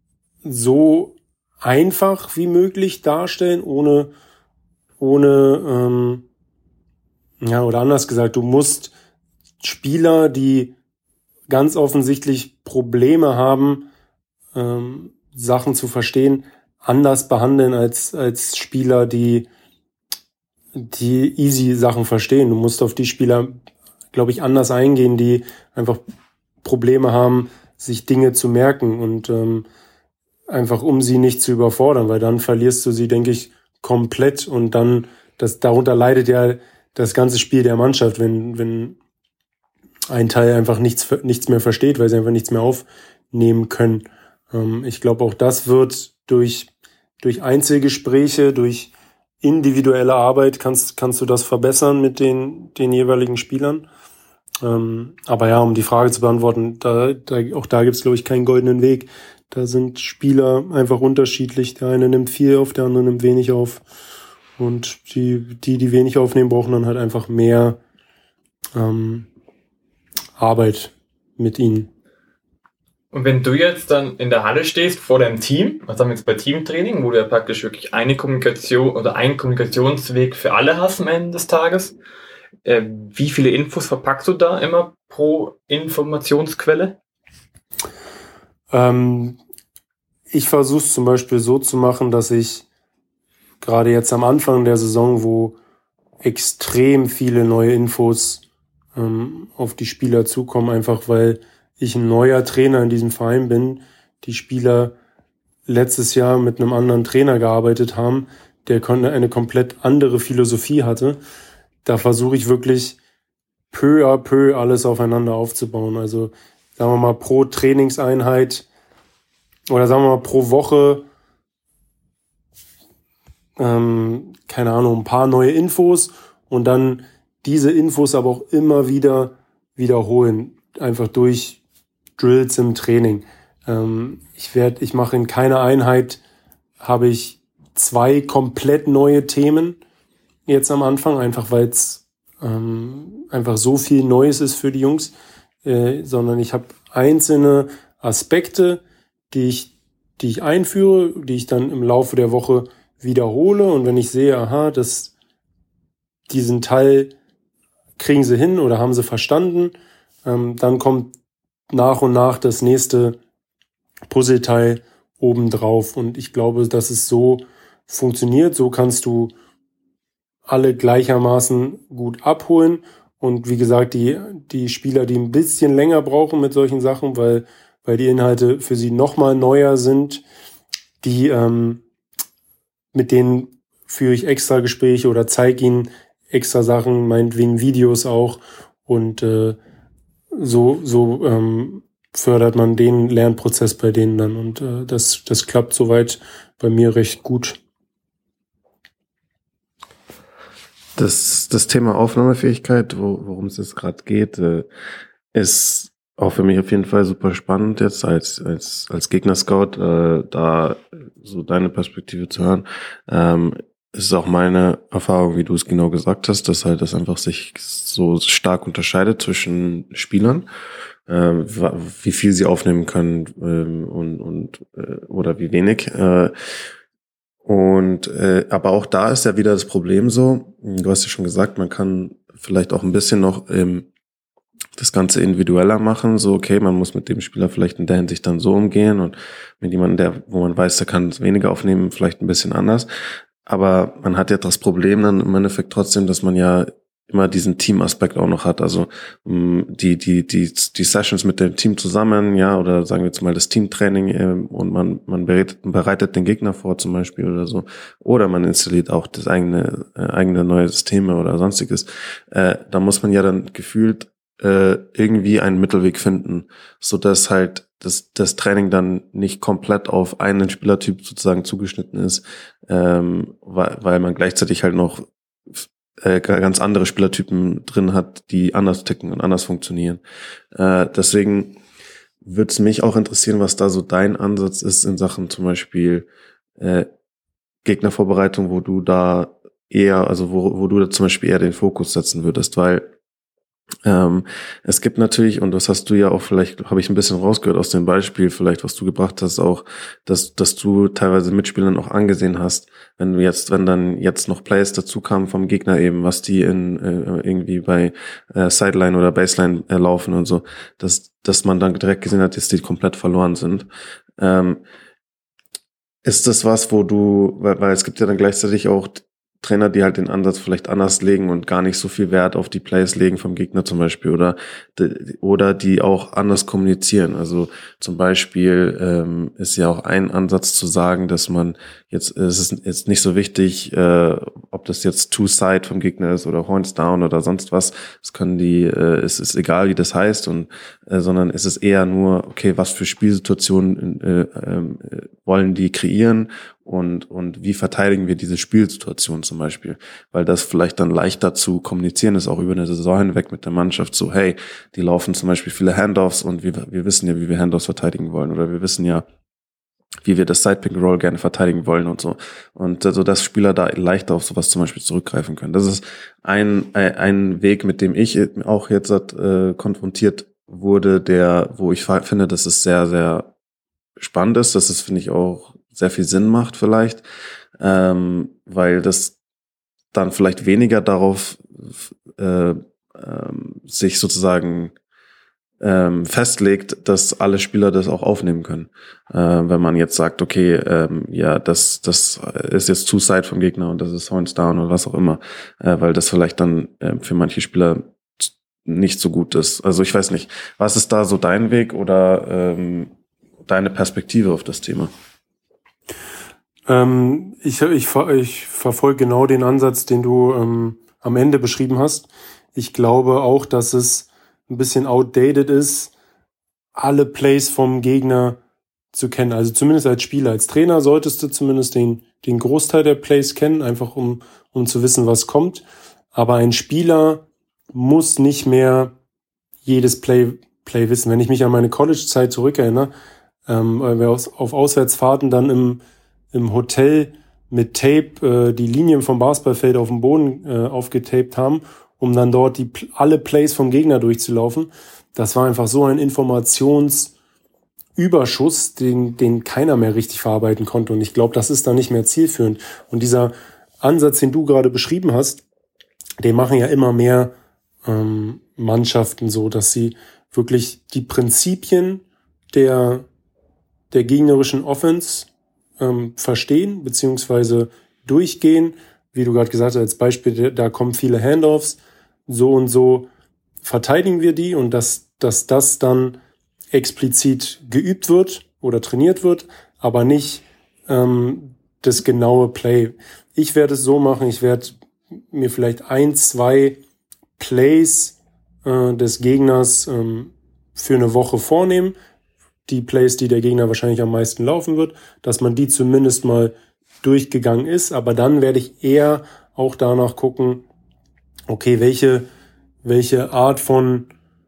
so einfach wie möglich darstellen, ohne, ohne, ähm, ja, oder anders gesagt, du musst Spieler, die ganz offensichtlich Probleme haben, ähm, Sachen zu verstehen, anders behandeln als als Spieler, die die easy Sachen verstehen. Du musst auf die Spieler, glaube ich, anders eingehen, die einfach Probleme haben, sich Dinge zu merken und ähm, einfach um sie nicht zu überfordern, weil dann verlierst du sie, denke ich, komplett, und dann das darunter leidet ja das ganze Spiel der Mannschaft, wenn wenn ein Teil einfach nichts nichts mehr versteht, weil sie einfach nichts mehr aufnehmen können. Ähm, ich glaube, auch das wird durch durch Einzelgespräche, durch individuelle Arbeit kannst kannst du das verbessern mit den den jeweiligen Spielern. Ähm, aber ja, um die Frage zu beantworten, da, da auch da gibt's, glaube ich, keinen goldenen Weg. Da sind Spieler einfach unterschiedlich. Der eine nimmt viel auf, der andere nimmt wenig auf. Und die, die, die wenig aufnehmen, brauchen dann halt einfach mehr ähm, Arbeit mit ihnen. Und wenn du jetzt dann in der Halle stehst vor deinem Team, was haben wir jetzt bei Teamtraining, wo du ja praktisch wirklich eine Kommunikation oder einen Kommunikationsweg für alle hast am Ende des Tages, äh, wie viele Infos verpackst du da immer pro Informationsquelle? Ähm, ich versuche es zum Beispiel so zu machen, dass ich gerade jetzt am Anfang der Saison, wo extrem viele neue Infos ähm, auf die Spieler zukommen, einfach weil ich ein neuer Trainer in diesem Verein bin, die Spieler letztes Jahr mit einem anderen Trainer gearbeitet haben, der eine komplett andere Philosophie hatte. Da versuche ich wirklich peu à peu alles aufeinander aufzubauen. Also sagen wir mal pro Trainingseinheit oder sagen wir mal pro Woche ähm, keine Ahnung, ein paar neue Infos und dann diese Infos aber auch immer wieder wiederholen, einfach durch Drills im Training. Ähm, ich werde, ich mache in keiner Einheit, habe ich zwei komplett neue Themen jetzt am Anfang, einfach weil es ähm, einfach so viel Neues ist für die Jungs, äh, sondern ich habe einzelne Aspekte, die ich, die ich einführe, die ich dann im Laufe der Woche wiederhole und wenn ich sehe, aha, das, diesen Teil kriegen sie hin oder haben sie verstanden, ähm, dann kommt nach und nach das nächste Puzzleteil obendrauf und ich glaube, dass es so funktioniert, so kannst du alle gleichermaßen gut abholen und wie gesagt, die, die Spieler, die ein bisschen länger brauchen mit solchen Sachen, weil, weil die Inhalte für sie nochmal neuer sind, die, ähm, mit denen führe ich extra Gespräche oder zeige ihnen extra Sachen, meinetwegen Videos auch und äh, so, so ähm, fördert man den Lernprozess bei denen dann und äh, das, das klappt soweit bei mir recht gut. Das, das Thema Aufnahmefähigkeit, wo, worum es jetzt gerade geht, äh, ist auch für mich auf jeden Fall super spannend jetzt als als als Gegner-Scout, äh, da so deine Perspektive zu hören. Ähm, es ist auch meine Erfahrung, wie du es genau gesagt hast, dass halt das einfach sich so stark unterscheidet zwischen Spielern, ähm, wie viel sie aufnehmen können ähm, und und äh, oder wie wenig. Äh, Und äh, aber auch da ist ja wieder das Problem so, du hast ja schon gesagt, man kann vielleicht auch ein bisschen noch ähm, das Ganze individueller machen, so okay, man muss mit dem Spieler vielleicht in der Hinsicht dann so umgehen und mit jemandem, der, wo man weiß, der kann weniger aufnehmen, vielleicht ein bisschen anders. Aber man hat ja das Problem dann im Endeffekt trotzdem, dass man ja immer diesen Team-Aspekt auch noch hat, also die die die die Sessions mit dem Team zusammen, ja, oder sagen wir jetzt mal das Teamtraining äh, und man man bereitet, bereitet den Gegner vor zum Beispiel oder so, oder man installiert auch das eigene äh, eigene neue Systeme oder sonstiges. Äh, da muss man ja dann gefühlt äh, irgendwie einen Mittelweg finden, so dass halt das das Training dann nicht komplett auf einen Spielertyp sozusagen zugeschnitten ist, ähm, weil weil man gleichzeitig halt noch Äh, ganz andere Spielertypen drin hat, die anders ticken und anders funktionieren. Äh, deswegen würde es mich auch interessieren, was da so dein Ansatz ist in Sachen zum Beispiel äh, Gegnervorbereitung, wo du da eher, also wo, wo du da zum Beispiel eher den Fokus setzen würdest, weil Ähm, es gibt natürlich, und das hast du ja auch vielleicht, habe ich ein bisschen rausgehört aus dem Beispiel, vielleicht was du gebracht hast, auch, dass dass du teilweise Mitspielern auch angesehen hast, wenn du jetzt, wenn dann jetzt noch Plays dazu kamen vom Gegner eben, was die in äh, irgendwie bei äh, Sideline oder Baseline äh, laufen und so, dass dass man dann direkt gesehen hat, dass die komplett verloren sind. Ähm, ist das was, wo du, weil, weil es gibt ja dann gleichzeitig auch Trainer, die halt den Ansatz vielleicht anders legen und gar nicht so viel Wert auf die Plays legen vom Gegner zum Beispiel oder oder die auch anders kommunizieren. Also zum Beispiel ähm, ist ja auch ein Ansatz zu sagen, dass man jetzt, es ist jetzt nicht so wichtig, äh, ob das jetzt Two-Side vom Gegner ist oder Horns Down oder sonst was. Es können die, äh, es ist egal, wie das heißt, und äh, sondern es ist eher nur, okay, was für Spielsituationen äh, äh, wollen die kreieren und und wie verteidigen wir diese Spielsituation zum Beispiel, weil das vielleicht dann leichter zu kommunizieren ist, auch über eine Saison hinweg mit der Mannschaft, so hey, die laufen zum Beispiel viele Handoffs und wir, wir wissen ja, wie wir Handoffs verteidigen wollen, oder wir wissen ja, wie wir das Side-Pick-Roll gerne verteidigen wollen und so, und so, also, dass Spieler da leichter auf sowas zum Beispiel zurückgreifen können. Das ist ein ein Weg, mit dem ich auch jetzt äh, konfrontiert wurde, der, wo ich finde, dass es sehr, sehr spannend ist, dass es, finde ich, auch sehr viel Sinn macht vielleicht, ähm, weil das dann vielleicht weniger darauf äh, ähm, sich sozusagen ähm, festlegt, dass alle Spieler das auch aufnehmen können. Äh, wenn man jetzt sagt, okay, ähm, ja, das das ist jetzt Two-Side vom Gegner und das ist Horns Down oder was auch immer, äh, weil das vielleicht dann äh, für manche Spieler nicht so gut ist. Also ich weiß nicht, was ist da so dein Weg oder ähm, deine Perspektive auf das Thema? Ähm, ich, ich, ich verfolge genau den Ansatz, den du ähm, am Ende beschrieben hast. Ich glaube auch, dass es ein bisschen outdated ist, alle Plays vom Gegner zu kennen. Also zumindest als Spieler. Als Trainer solltest du zumindest den, den Großteil der Plays kennen, einfach um, um zu wissen, was kommt. Aber ein Spieler muss nicht mehr jedes Play, Play wissen. Wenn ich mich an meine College-Zeit zurückerinnere, ähm, weil wir aus, auf Auswärtsfahrten dann im, im Hotel mit Tape äh, die Linien vom Basketballfeld auf dem Boden äh, aufgetaped haben, um dann dort die alle Plays vom Gegner durchzulaufen. Das war einfach so ein Informationsüberschuss, den, den keiner mehr richtig verarbeiten konnte. Und ich glaube, das ist dann nicht mehr zielführend. Und dieser Ansatz, den du gerade beschrieben hast, den machen ja immer mehr ähm, Mannschaften so, dass sie wirklich die Prinzipien der, der gegnerischen Offense ähm, verstehen, beziehungsweise durchgehen. Wie du gerade gesagt hast, als Beispiel, da kommen viele Handoffs, so und so verteidigen wir die, und dass, dass das dann explizit geübt wird oder trainiert wird, aber nicht ähm, das genaue Play. Ich werde es so machen, ich werde mir vielleicht ein, zwei Plays äh, des Gegners ähm, für eine Woche vornehmen, die Plays, die der Gegner wahrscheinlich am meisten laufen wird, dass man die zumindest mal durchgegangen ist, aber dann werde ich eher auch danach gucken, okay, welche welche Art von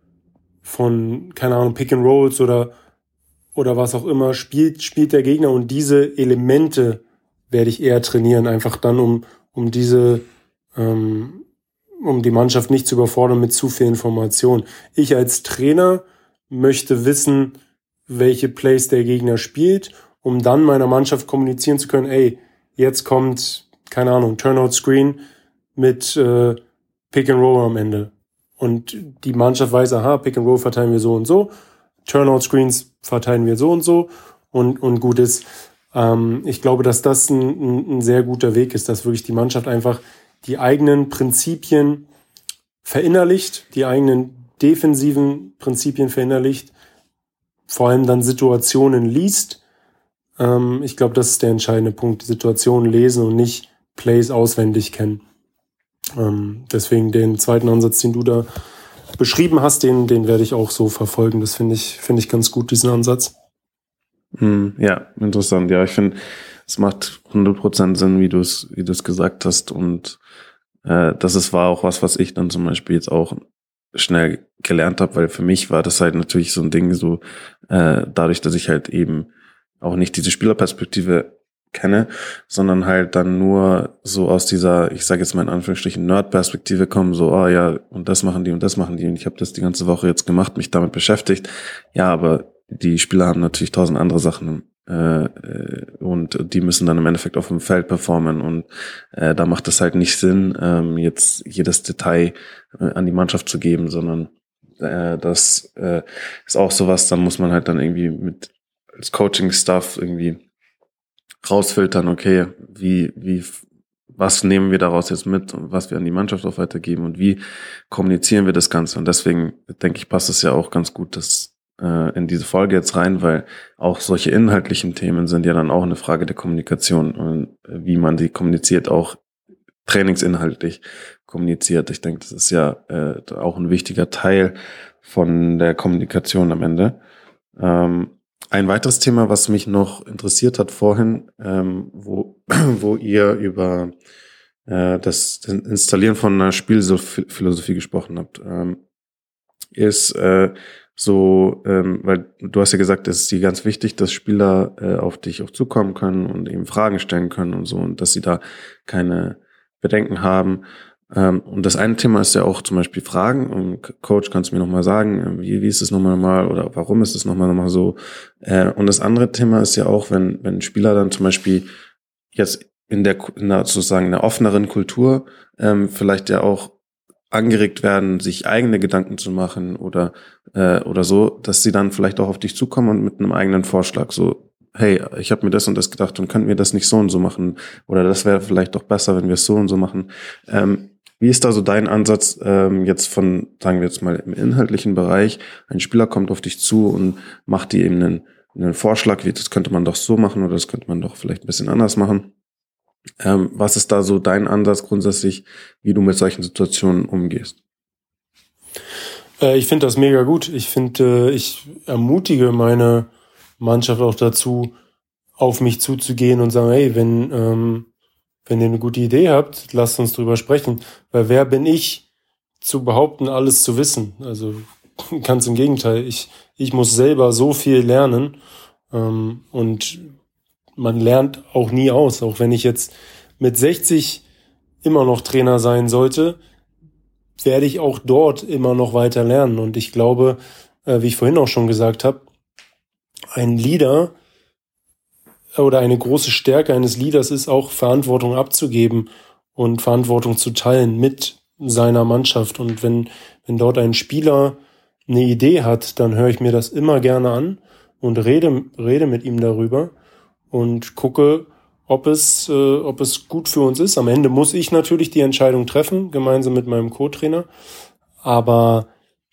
von keine Ahnung Pick and Rolls oder oder was auch immer spielt spielt der Gegner, und diese Elemente werde ich eher trainieren, einfach dann um um diese ähm, um die Mannschaft nicht zu überfordern mit zu viel Information. Ich als Trainer möchte wissen, welche Plays der Gegner spielt, um dann meiner Mannschaft kommunizieren zu können, ey, jetzt kommt, keine Ahnung, Turnout Screen mit äh, Pick and Roll am Ende. Und die Mannschaft weiß, aha, Pick and Roll verteilen wir so und so, Turnout Screens verteilen wir so und so, und und gut ist. Ähm, ich glaube, dass das ein, ein, ein sehr guter Weg ist, dass wirklich die Mannschaft einfach die eigenen Prinzipien verinnerlicht, die eigenen defensiven Prinzipien verinnerlicht, vor allem dann Situationen liest. Ähm, ich glaube, das ist der entscheidende Punkt, Situationen lesen und nicht Plays auswendig kennen. Ähm, deswegen den zweiten Ansatz, den du da beschrieben hast, den, den werde ich auch so verfolgen. Das finde ich, finde ich ganz gut, diesen Ansatz. Hm, ja, interessant. Ja, ich finde, es macht hundert Prozent Sinn, wie du es, wie du es gesagt hast. Und äh, das ist, war auch was, was ich dann zum Beispiel jetzt auch schnell gelernt habe, weil für mich war das halt natürlich so ein Ding, so äh, dadurch, dass ich halt eben auch nicht diese Spielerperspektive kenne, sondern halt dann nur so aus dieser, ich sage jetzt mal in Anführungsstrichen, Nerd-Perspektive kommen, so, ah oh ja, und das machen die und das machen die und ich habe das die ganze Woche jetzt gemacht, mich damit beschäftigt. Ja, aber die Spieler haben natürlich tausend andere Sachen äh, und die müssen dann im Endeffekt auf dem Feld performen, und äh, da macht es halt nicht Sinn, ähm, jetzt jedes Detail äh, an die Mannschaft zu geben, sondern äh, das äh, ist auch sowas, da muss man halt dann irgendwie mit als Coaching-Staff irgendwie rausfiltern, okay, wie, wie, was nehmen wir daraus jetzt mit und was wir an die Mannschaft auch weitergeben und wie kommunizieren wir das Ganze. Und deswegen denke ich, passt es ja auch ganz gut, dass äh, in diese Folge jetzt rein, weil auch solche inhaltlichen Themen sind ja dann auch eine Frage der Kommunikation und äh, wie man die kommuniziert, auch trainingsinhaltlich kommuniziert. Ich denke, das ist ja äh, auch ein wichtiger Teil von der Kommunikation am Ende. Ähm, Ein weiteres Thema, was mich noch interessiert hat vorhin, ähm, wo, wo ihr über äh, das Installieren von einer Spielphilosophie gesprochen habt, ähm, ist äh, so, ähm, weil du hast ja gesagt, es ist dir ganz wichtig, dass Spieler äh, auf dich auch zukommen können und eben Fragen stellen können und so, und dass sie da keine Bedenken haben. Ähm, und das eine Thema ist ja auch zum Beispiel Fragen. Und Coach, kannst du mir nochmal sagen, wie, wie ist es nochmal normal oder warum ist es nochmal nochmal so? Äh, und das andere Thema ist ja auch, wenn wenn ein Spieler dann zum Beispiel jetzt in der, in einer sozusagen einer offeneren Kultur ähm, vielleicht ja auch angeregt werden, sich eigene Gedanken zu machen oder äh, oder so, dass sie dann vielleicht auch auf dich zukommen und mit einem eigenen Vorschlag so, hey, ich habe mir das und das gedacht und könnten wir das nicht so und so machen, oder das wäre vielleicht doch besser, wenn wir es so und so machen. Ähm, Wie ist da so dein Ansatz ähm, jetzt von, sagen wir jetzt mal im inhaltlichen Bereich, ein Spieler kommt auf dich zu und macht dir eben einen, einen Vorschlag, wie das könnte man doch so machen oder das könnte man doch vielleicht ein bisschen anders machen. Ähm, was ist da so dein Ansatz grundsätzlich, wie du mit solchen Situationen umgehst? Äh, ich finde das mega gut. Ich finde, äh, ich ermutige meine Mannschaft auch dazu, auf mich zuzugehen und sagen, hey, wenn, ähm, wenn ihr eine gute Idee habt, lasst uns drüber sprechen. Weil wer bin ich, zu behaupten, alles zu wissen? Also ganz im Gegenteil. Ich, ich muss selber so viel lernen, ähm, und man lernt auch nie aus. Auch wenn ich jetzt mit sechzig immer noch Trainer sein sollte, werde ich auch dort immer noch weiter lernen. Und ich glaube, äh, wie ich vorhin auch schon gesagt habe, ein Leader oder eine große Stärke eines Leaders ist auch, Verantwortung abzugeben und Verantwortung zu teilen mit seiner Mannschaft. Und wenn, wenn dort ein Spieler eine Idee hat, dann höre ich mir das immer gerne an und rede, rede mit ihm darüber und gucke, ob es, äh, ob es gut für uns ist. Am Ende muss ich natürlich die Entscheidung treffen, gemeinsam mit meinem Co-Trainer. Aber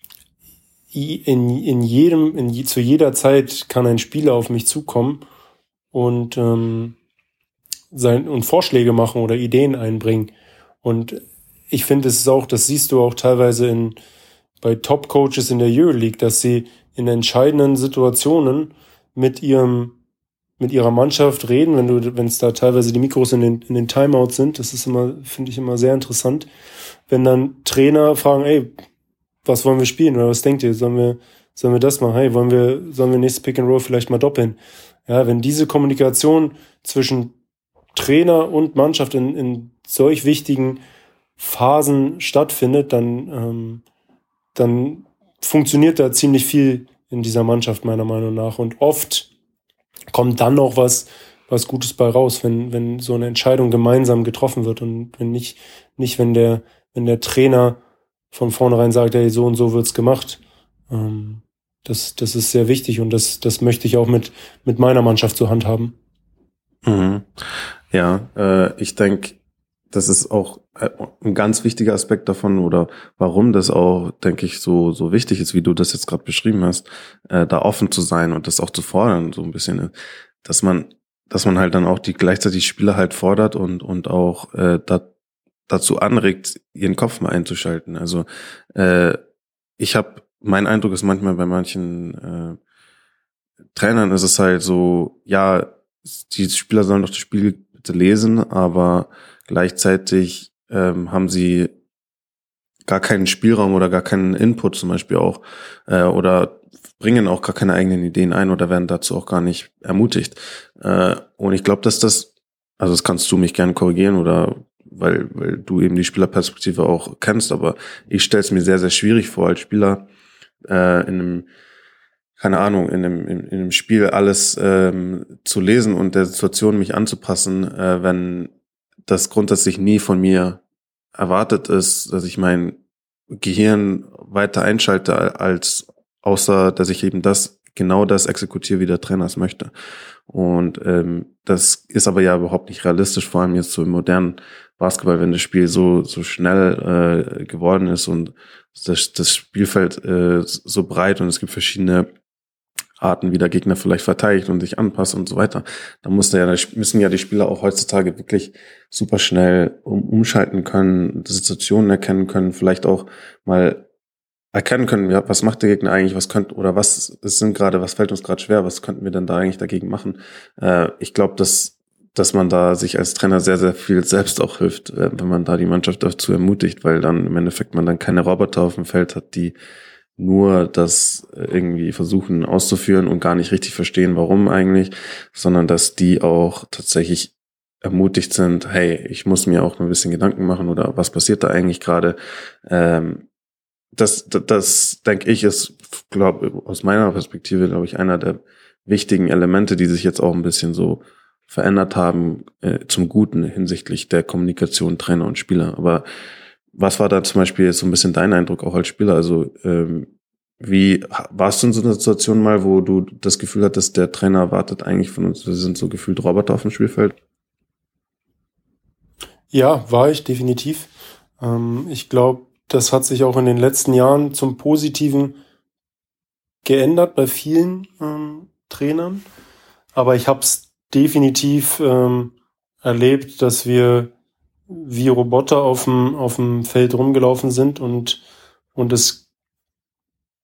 in, in jedem, in, je, zu jeder Zeit kann ein Spieler auf mich zukommen und, ähm, sein, und Vorschläge machen oder Ideen einbringen. Und ich finde, es ist auch, das siehst du auch teilweise in, bei Top-Coaches in der Euroleague, dass sie in entscheidenden Situationen mit ihrem, mit ihrer Mannschaft reden, wenn du, wenn es da teilweise die Mikros in den, in den Timeouts sind. Das ist immer, finde ich immer sehr interessant. Wenn dann Trainer fragen, ey, was wollen wir spielen? Oder was denkt ihr? Sollen wir, sollen wir das machen? Hey, wollen wir, sollen wir nächstes Pick and Roll vielleicht mal doppeln? Ja, wenn diese Kommunikation zwischen Trainer und Mannschaft in, in solch wichtigen Phasen stattfindet, dann, ähm, dann funktioniert da ziemlich viel in dieser Mannschaft meiner Meinung nach. Und oft kommt dann noch was, was Gutes bei raus, wenn, wenn so eine Entscheidung gemeinsam getroffen wird und wenn nicht, nicht wenn der, wenn der Trainer von vornherein sagt, hey, so und so wird's gemacht. Ähm, das, das ist sehr wichtig und das, das möchte ich auch mit, mit meiner Mannschaft so handhaben. Mhm. Ja, äh, ich denke, das ist auch ein ganz wichtiger Aspekt davon oder warum das auch, denke ich, so so wichtig ist, wie du das jetzt gerade beschrieben hast, äh, da offen zu sein und das auch zu fordern, so ein bisschen, dass man, dass man halt dann auch die gleichzeitig Spieler halt fordert und und auch äh, da, dazu anregt, ihren Kopf mal einzuschalten. Also äh, ich habe, mein Eindruck ist manchmal bei manchen äh, Trainern ist es halt so, ja, die Spieler sollen doch das Spiel bitte lesen, aber gleichzeitig ähm, haben sie gar keinen Spielraum oder gar keinen Input zum Beispiel auch äh, oder bringen auch gar keine eigenen Ideen ein oder werden dazu auch gar nicht ermutigt. Äh, und ich glaube, dass das, also das kannst du mich gerne korrigieren oder weil weil du eben die Spielerperspektive auch kennst, aber ich stelle es mir sehr, sehr schwierig vor, als Spieler äh, in einem keine Ahnung, in einem, in, in einem Spiel alles ähm, zu lesen und der Situation mich anzupassen, äh, wenn das grundsätzlich nie von mir erwartet ist, dass ich mein Gehirn weiter einschalte, als außer, dass ich eben das, genau das exekutiere, wie der Trainer es möchte. Und ähm, das ist aber ja überhaupt nicht realistisch, vor allem jetzt so im modernen Basketball, wenn das Spiel so so schnell äh, geworden ist und das, das Spielfeld äh, so breit und es gibt verschiedene Arten, wie der Gegner vielleicht verteidigt und sich anpasst und so weiter. Da muss ja, müssen ja die Spieler auch heutzutage wirklich super schnell um, umschalten können, Situationen erkennen können, vielleicht auch mal erkennen können, ja, was macht der Gegner eigentlich, was könnte, oder was sind gerade, was fällt uns gerade schwer, was könnten wir denn da eigentlich dagegen machen? Äh, ich glaube, dass dass man da sich als Trainer sehr, sehr viel selbst auch hilft, äh, wenn man da die Mannschaft dazu ermutigt, weil dann im Endeffekt man dann keine Roboter auf dem Feld hat, die nur das irgendwie versuchen auszuführen und gar nicht richtig verstehen, warum eigentlich, sondern dass die auch tatsächlich ermutigt sind, hey, ich muss mir auch ein bisschen Gedanken machen oder was passiert da eigentlich gerade. Ähm, das, das, das denke ich, ist, glaube aus meiner Perspektive, glaube ich, einer der wichtigen Elemente, die sich jetzt auch ein bisschen so verändert haben, äh, zum Guten hinsichtlich der Kommunikation Trainer und Spieler. Aber was war da zum Beispiel jetzt so ein bisschen dein Eindruck auch als Spieler? Also ähm, wie warst du in so einer Situation mal, wo du das Gefühl hattest, der Trainer erwartet eigentlich von uns, wir sind so gefühlt Roboter auf dem Spielfeld? Ja, war ich definitiv. Ähm, ich glaube, das hat sich auch in den letzten Jahren zum Positiven geändert bei vielen ähm, Trainern. Aber ich habe es definitiv ähm, erlebt, dass wir wie Roboter auf dem, auf dem Feld rumgelaufen sind und, und es,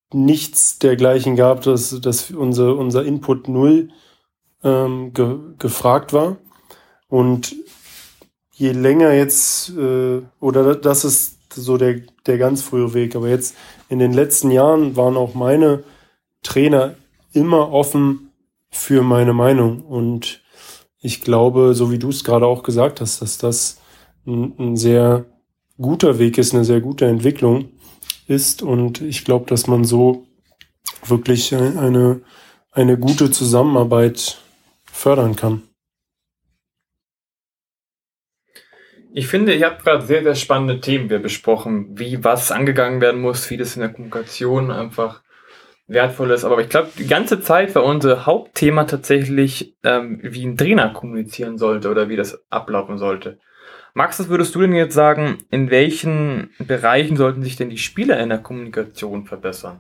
nichts dergleichen gab, dass, dass unser, unser Input null ähm, ge, gefragt war. Und je länger jetzt, äh, oder das ist so der, der ganz frühe Weg, aber jetzt in den letzten Jahren waren auch meine Trainer immer offen für meine Meinung. Und ich glaube, so wie du es gerade auch gesagt hast, dass das ein, ein sehr guter Weg ist, eine sehr gute Entwicklung ist. Und ich glaube, dass man so wirklich eine, eine gute Zusammenarbeit fördern kann. Ich finde, ihr habt gerade sehr, sehr spannende Themen wir besprochen, wie was angegangen werden muss, wie das in der Kommunikation einfach wertvoll ist. Aber ich glaube, die ganze Zeit war unser Hauptthema tatsächlich, ähm, wie ein Trainer kommunizieren sollte oder wie das ablaufen sollte. Max, was würdest du denn jetzt sagen, in welchen Bereichen sollten sich denn die Spieler in der Kommunikation verbessern?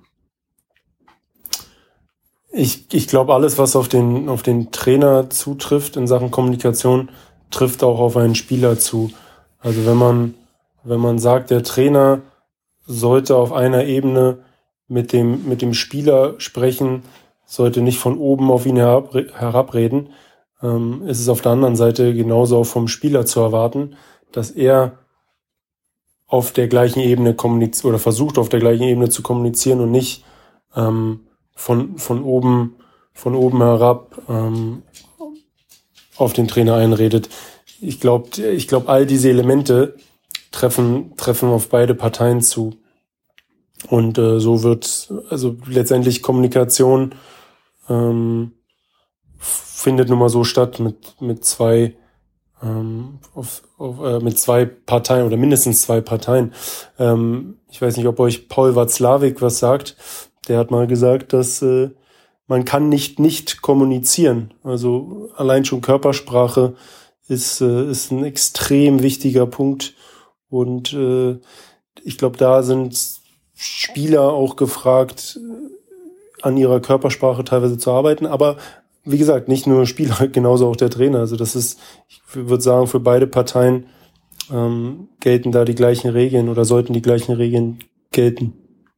Ich, ich glaube, alles, was auf den, auf den Trainer zutrifft in Sachen Kommunikation, trifft auch auf einen Spieler zu. Also wenn man, wenn man sagt, der Trainer sollte auf einer Ebene mit dem, mit dem Spieler sprechen, sollte nicht von oben auf ihn herab, herabreden, ähm, ist es auf der anderen Seite genauso auch vom Spieler zu erwarten, dass er auf der gleichen Ebene kommuniziert oder versucht auf der gleichen Ebene zu kommunizieren und nicht ähm, von, von oben, von oben herab ähm, auf den Trainer einredet. Ich glaube, ich glaube, all diese Elemente treffen, treffen auf beide Parteien zu. Und äh, so wird, also letztendlich Kommunikation ähm, findet nun mal so statt mit, mit zwei, ähm, auf, auf, äh, mit zwei Parteien oder mindestens zwei Parteien. Ähm, ich weiß nicht, ob euch Paul Watzlawick was sagt. Der hat mal gesagt, dass äh, man kann nicht nicht kommunizieren. Also allein schon Körpersprache ist, äh, ist ein extrem wichtiger Punkt. Und äh, ich glaube, da sind Spieler auch gefragt, an ihrer Körpersprache teilweise zu arbeiten. Aber wie gesagt, nicht nur Spieler, genauso auch der Trainer. Also das ist, ich würde sagen, für beide Parteien ähm, gelten da die gleichen Regeln oder sollten die gleichen Regeln gelten.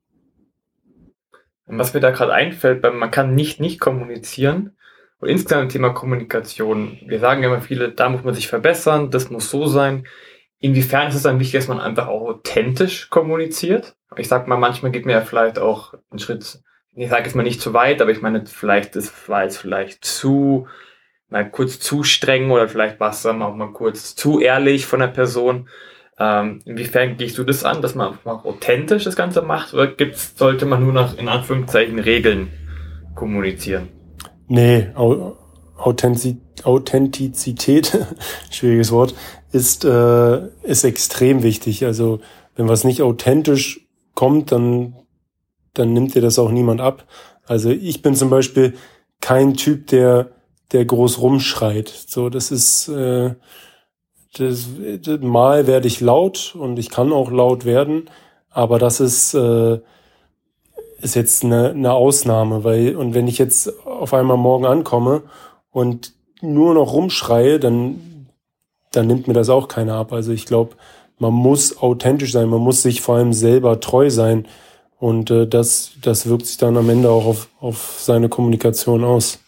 Was mir da gerade einfällt, weil man kann nicht nicht kommunizieren. Und insgesamt im Thema Kommunikation, wir sagen ja immer viele, da muss man sich verbessern, das muss so sein. Inwiefern ist es dann wichtig, dass man einfach auch authentisch kommuniziert? Ich sag mal, manchmal geht mir ja vielleicht auch ein Schritt, ich sage jetzt mal nicht zu weit, aber ich meine, vielleicht ist, war jetzt vielleicht zu, mal kurz zu streng oder vielleicht war es dann auch mal kurz zu ehrlich von der Person. Ähm, inwiefern gehst du das an, dass man einfach authentisch das Ganze macht oder gibt's, sollte man nur nach, in Anführungszeichen, Regeln kommunizieren? Nee, Authentiz- Authentizität, schwieriges Wort, ist, äh, ist extrem wichtig. Also wenn was nicht authentisch kommt, dann, dann nimmt dir das auch niemand ab. Also ich bin zum Beispiel kein Typ, der, der groß rumschreit. So, das ist, äh, das, das, mal werde ich laut und ich kann auch laut werden, aber das ist, äh, ist jetzt eine, eine Ausnahme, weil, und wenn ich jetzt auf einmal morgen ankomme und nur noch rumschreie, dann, dann nimmt mir das auch keiner ab. Also ich glaube, man muss authentisch sein, man muss sich vor allem selber treu sein und äh, das, das wirkt sich dann am Ende auch auf, auf seine Kommunikation aus.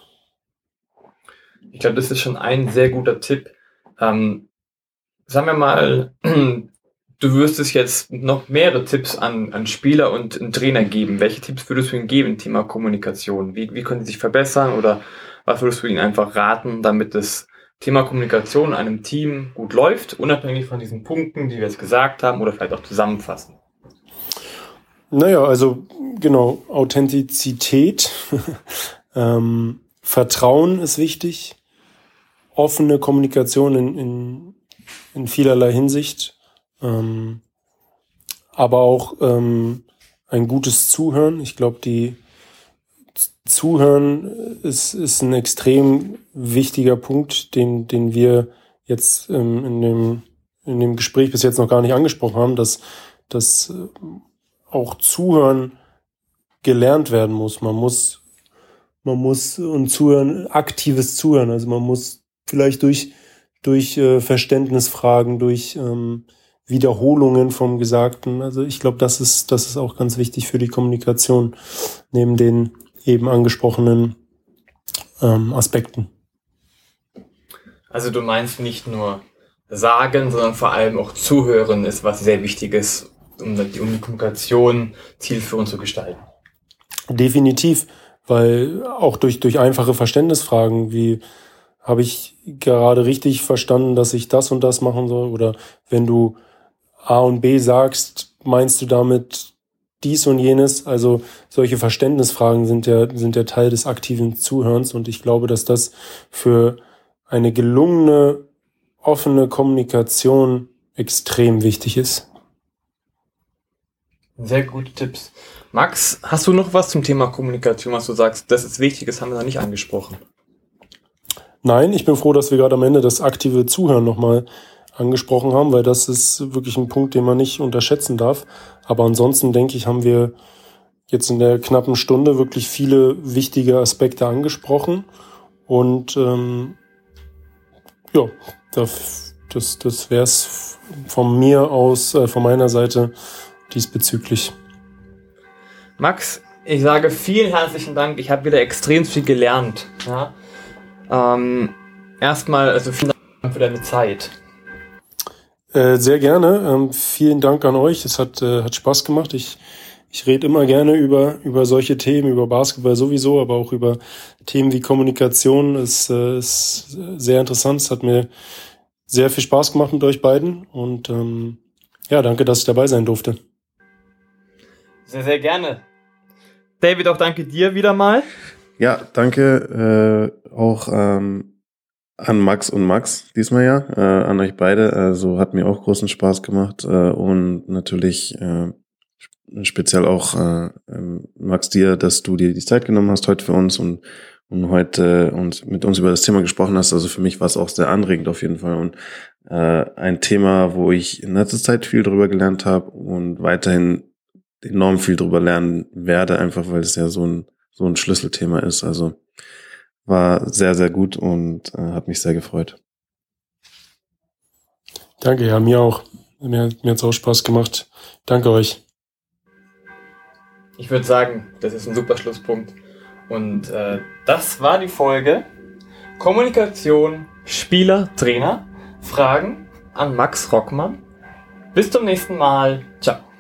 Ich glaube, das ist schon ein sehr guter Tipp. Ähm, sagen wir mal, du würdest jetzt noch mehrere Tipps an, an Spieler und einen Trainer geben. Welche Tipps würdest du ihnen geben im Thema Kommunikation? Wie, wie können sie sich verbessern oder was würdest du ihnen einfach raten, damit das Thema Kommunikation in einem Team gut läuft, unabhängig von diesen Punkten, die wir jetzt gesagt haben oder vielleicht auch zusammenfassen? Naja, also genau, Authentizität, ähm, Vertrauen ist wichtig, offene Kommunikation in, in, in vielerlei Hinsicht, ähm, aber auch ähm, ein gutes Zuhören. Ich glaube, die Zuhören ist, ist ein extrem wichtiger Punkt, den, den wir jetzt ähm, in dem, in dem Gespräch bis jetzt noch gar nicht angesprochen haben, dass, dass auch Zuhören gelernt werden muss. Man muss, man muss und Zuhören, aktives Zuhören. Also man muss vielleicht durch, durch äh, Verständnisfragen, durch ähm, Wiederholungen vom Gesagten. Also ich glaube, das ist, das ist auch ganz wichtig für die Kommunikation, neben den eben angesprochenen ähm, Aspekten. Also du meinst nicht nur sagen, sondern vor allem auch zuhören ist was sehr Wichtiges, um die Kommunikation zielführend zu gestalten. Definitiv, weil auch durch, durch einfache Verständnisfragen wie habe ich gerade richtig verstanden, dass ich das und das machen soll? Oder wenn du A und B sagst, meinst du damit dies und jenes? Also solche Verständnisfragen sind ja, sind ja Teil des aktiven Zuhörens. Und ich glaube, dass das für eine gelungene, offene Kommunikation extrem wichtig ist. Sehr gute Tipps. Max, hast du noch was zum Thema Kommunikation, was du sagst, das ist wichtig, das haben wir noch nicht angesprochen? Nein, ich bin froh, dass wir gerade am Ende das aktive Zuhören nochmal angesprochen haben, weil das ist wirklich ein Punkt, den man nicht unterschätzen darf. Aber ansonsten denke ich, haben wir jetzt in der knappen Stunde wirklich viele wichtige Aspekte angesprochen. Und ähm, ja, das, das, das wäre es von mir aus, äh, von meiner Seite diesbezüglich. Max, ich sage vielen herzlichen Dank. Ich habe wieder extrem viel gelernt. Ja? Ähm, erstmal, also vielen Dank für deine Zeit. Äh, sehr gerne. Ähm, vielen Dank an euch. Es hat, äh, hat Spaß gemacht. Ich, ich rede immer gerne über, über solche Themen, über Basketball sowieso, aber auch über Themen wie Kommunikation. Es äh, ist sehr interessant. Es hat mir sehr viel Spaß gemacht mit euch beiden. Und ähm, ja, danke, dass ich dabei sein durfte. Sehr, sehr gerne. David, auch danke dir wieder mal. Ja, danke äh, auch ähm, an Max und Max diesmal ja, äh, an euch beide. Also hat mir auch großen Spaß gemacht äh, und natürlich äh, speziell auch äh, Max dir, dass du dir die Zeit genommen hast heute für uns und, und heute äh, uns mit uns über das Thema gesprochen hast. Also für mich war es auch sehr anregend auf jeden Fall und äh, ein Thema, wo ich in letzter Zeit viel drüber gelernt habe und weiterhin enorm viel drüber lernen werde, einfach weil es ja so ein so ein Schlüsselthema ist. Also war sehr, sehr gut und äh, hat mich sehr gefreut. Danke, ja, mir auch. Mir, mir hat es auch Spaß gemacht. Danke euch. Ich würde sagen, das ist ein super Schlusspunkt. Und äh, das war die Folge Kommunikation, Spieler, Trainer. Fragen an Max Rockmann. Bis zum nächsten Mal. Ciao.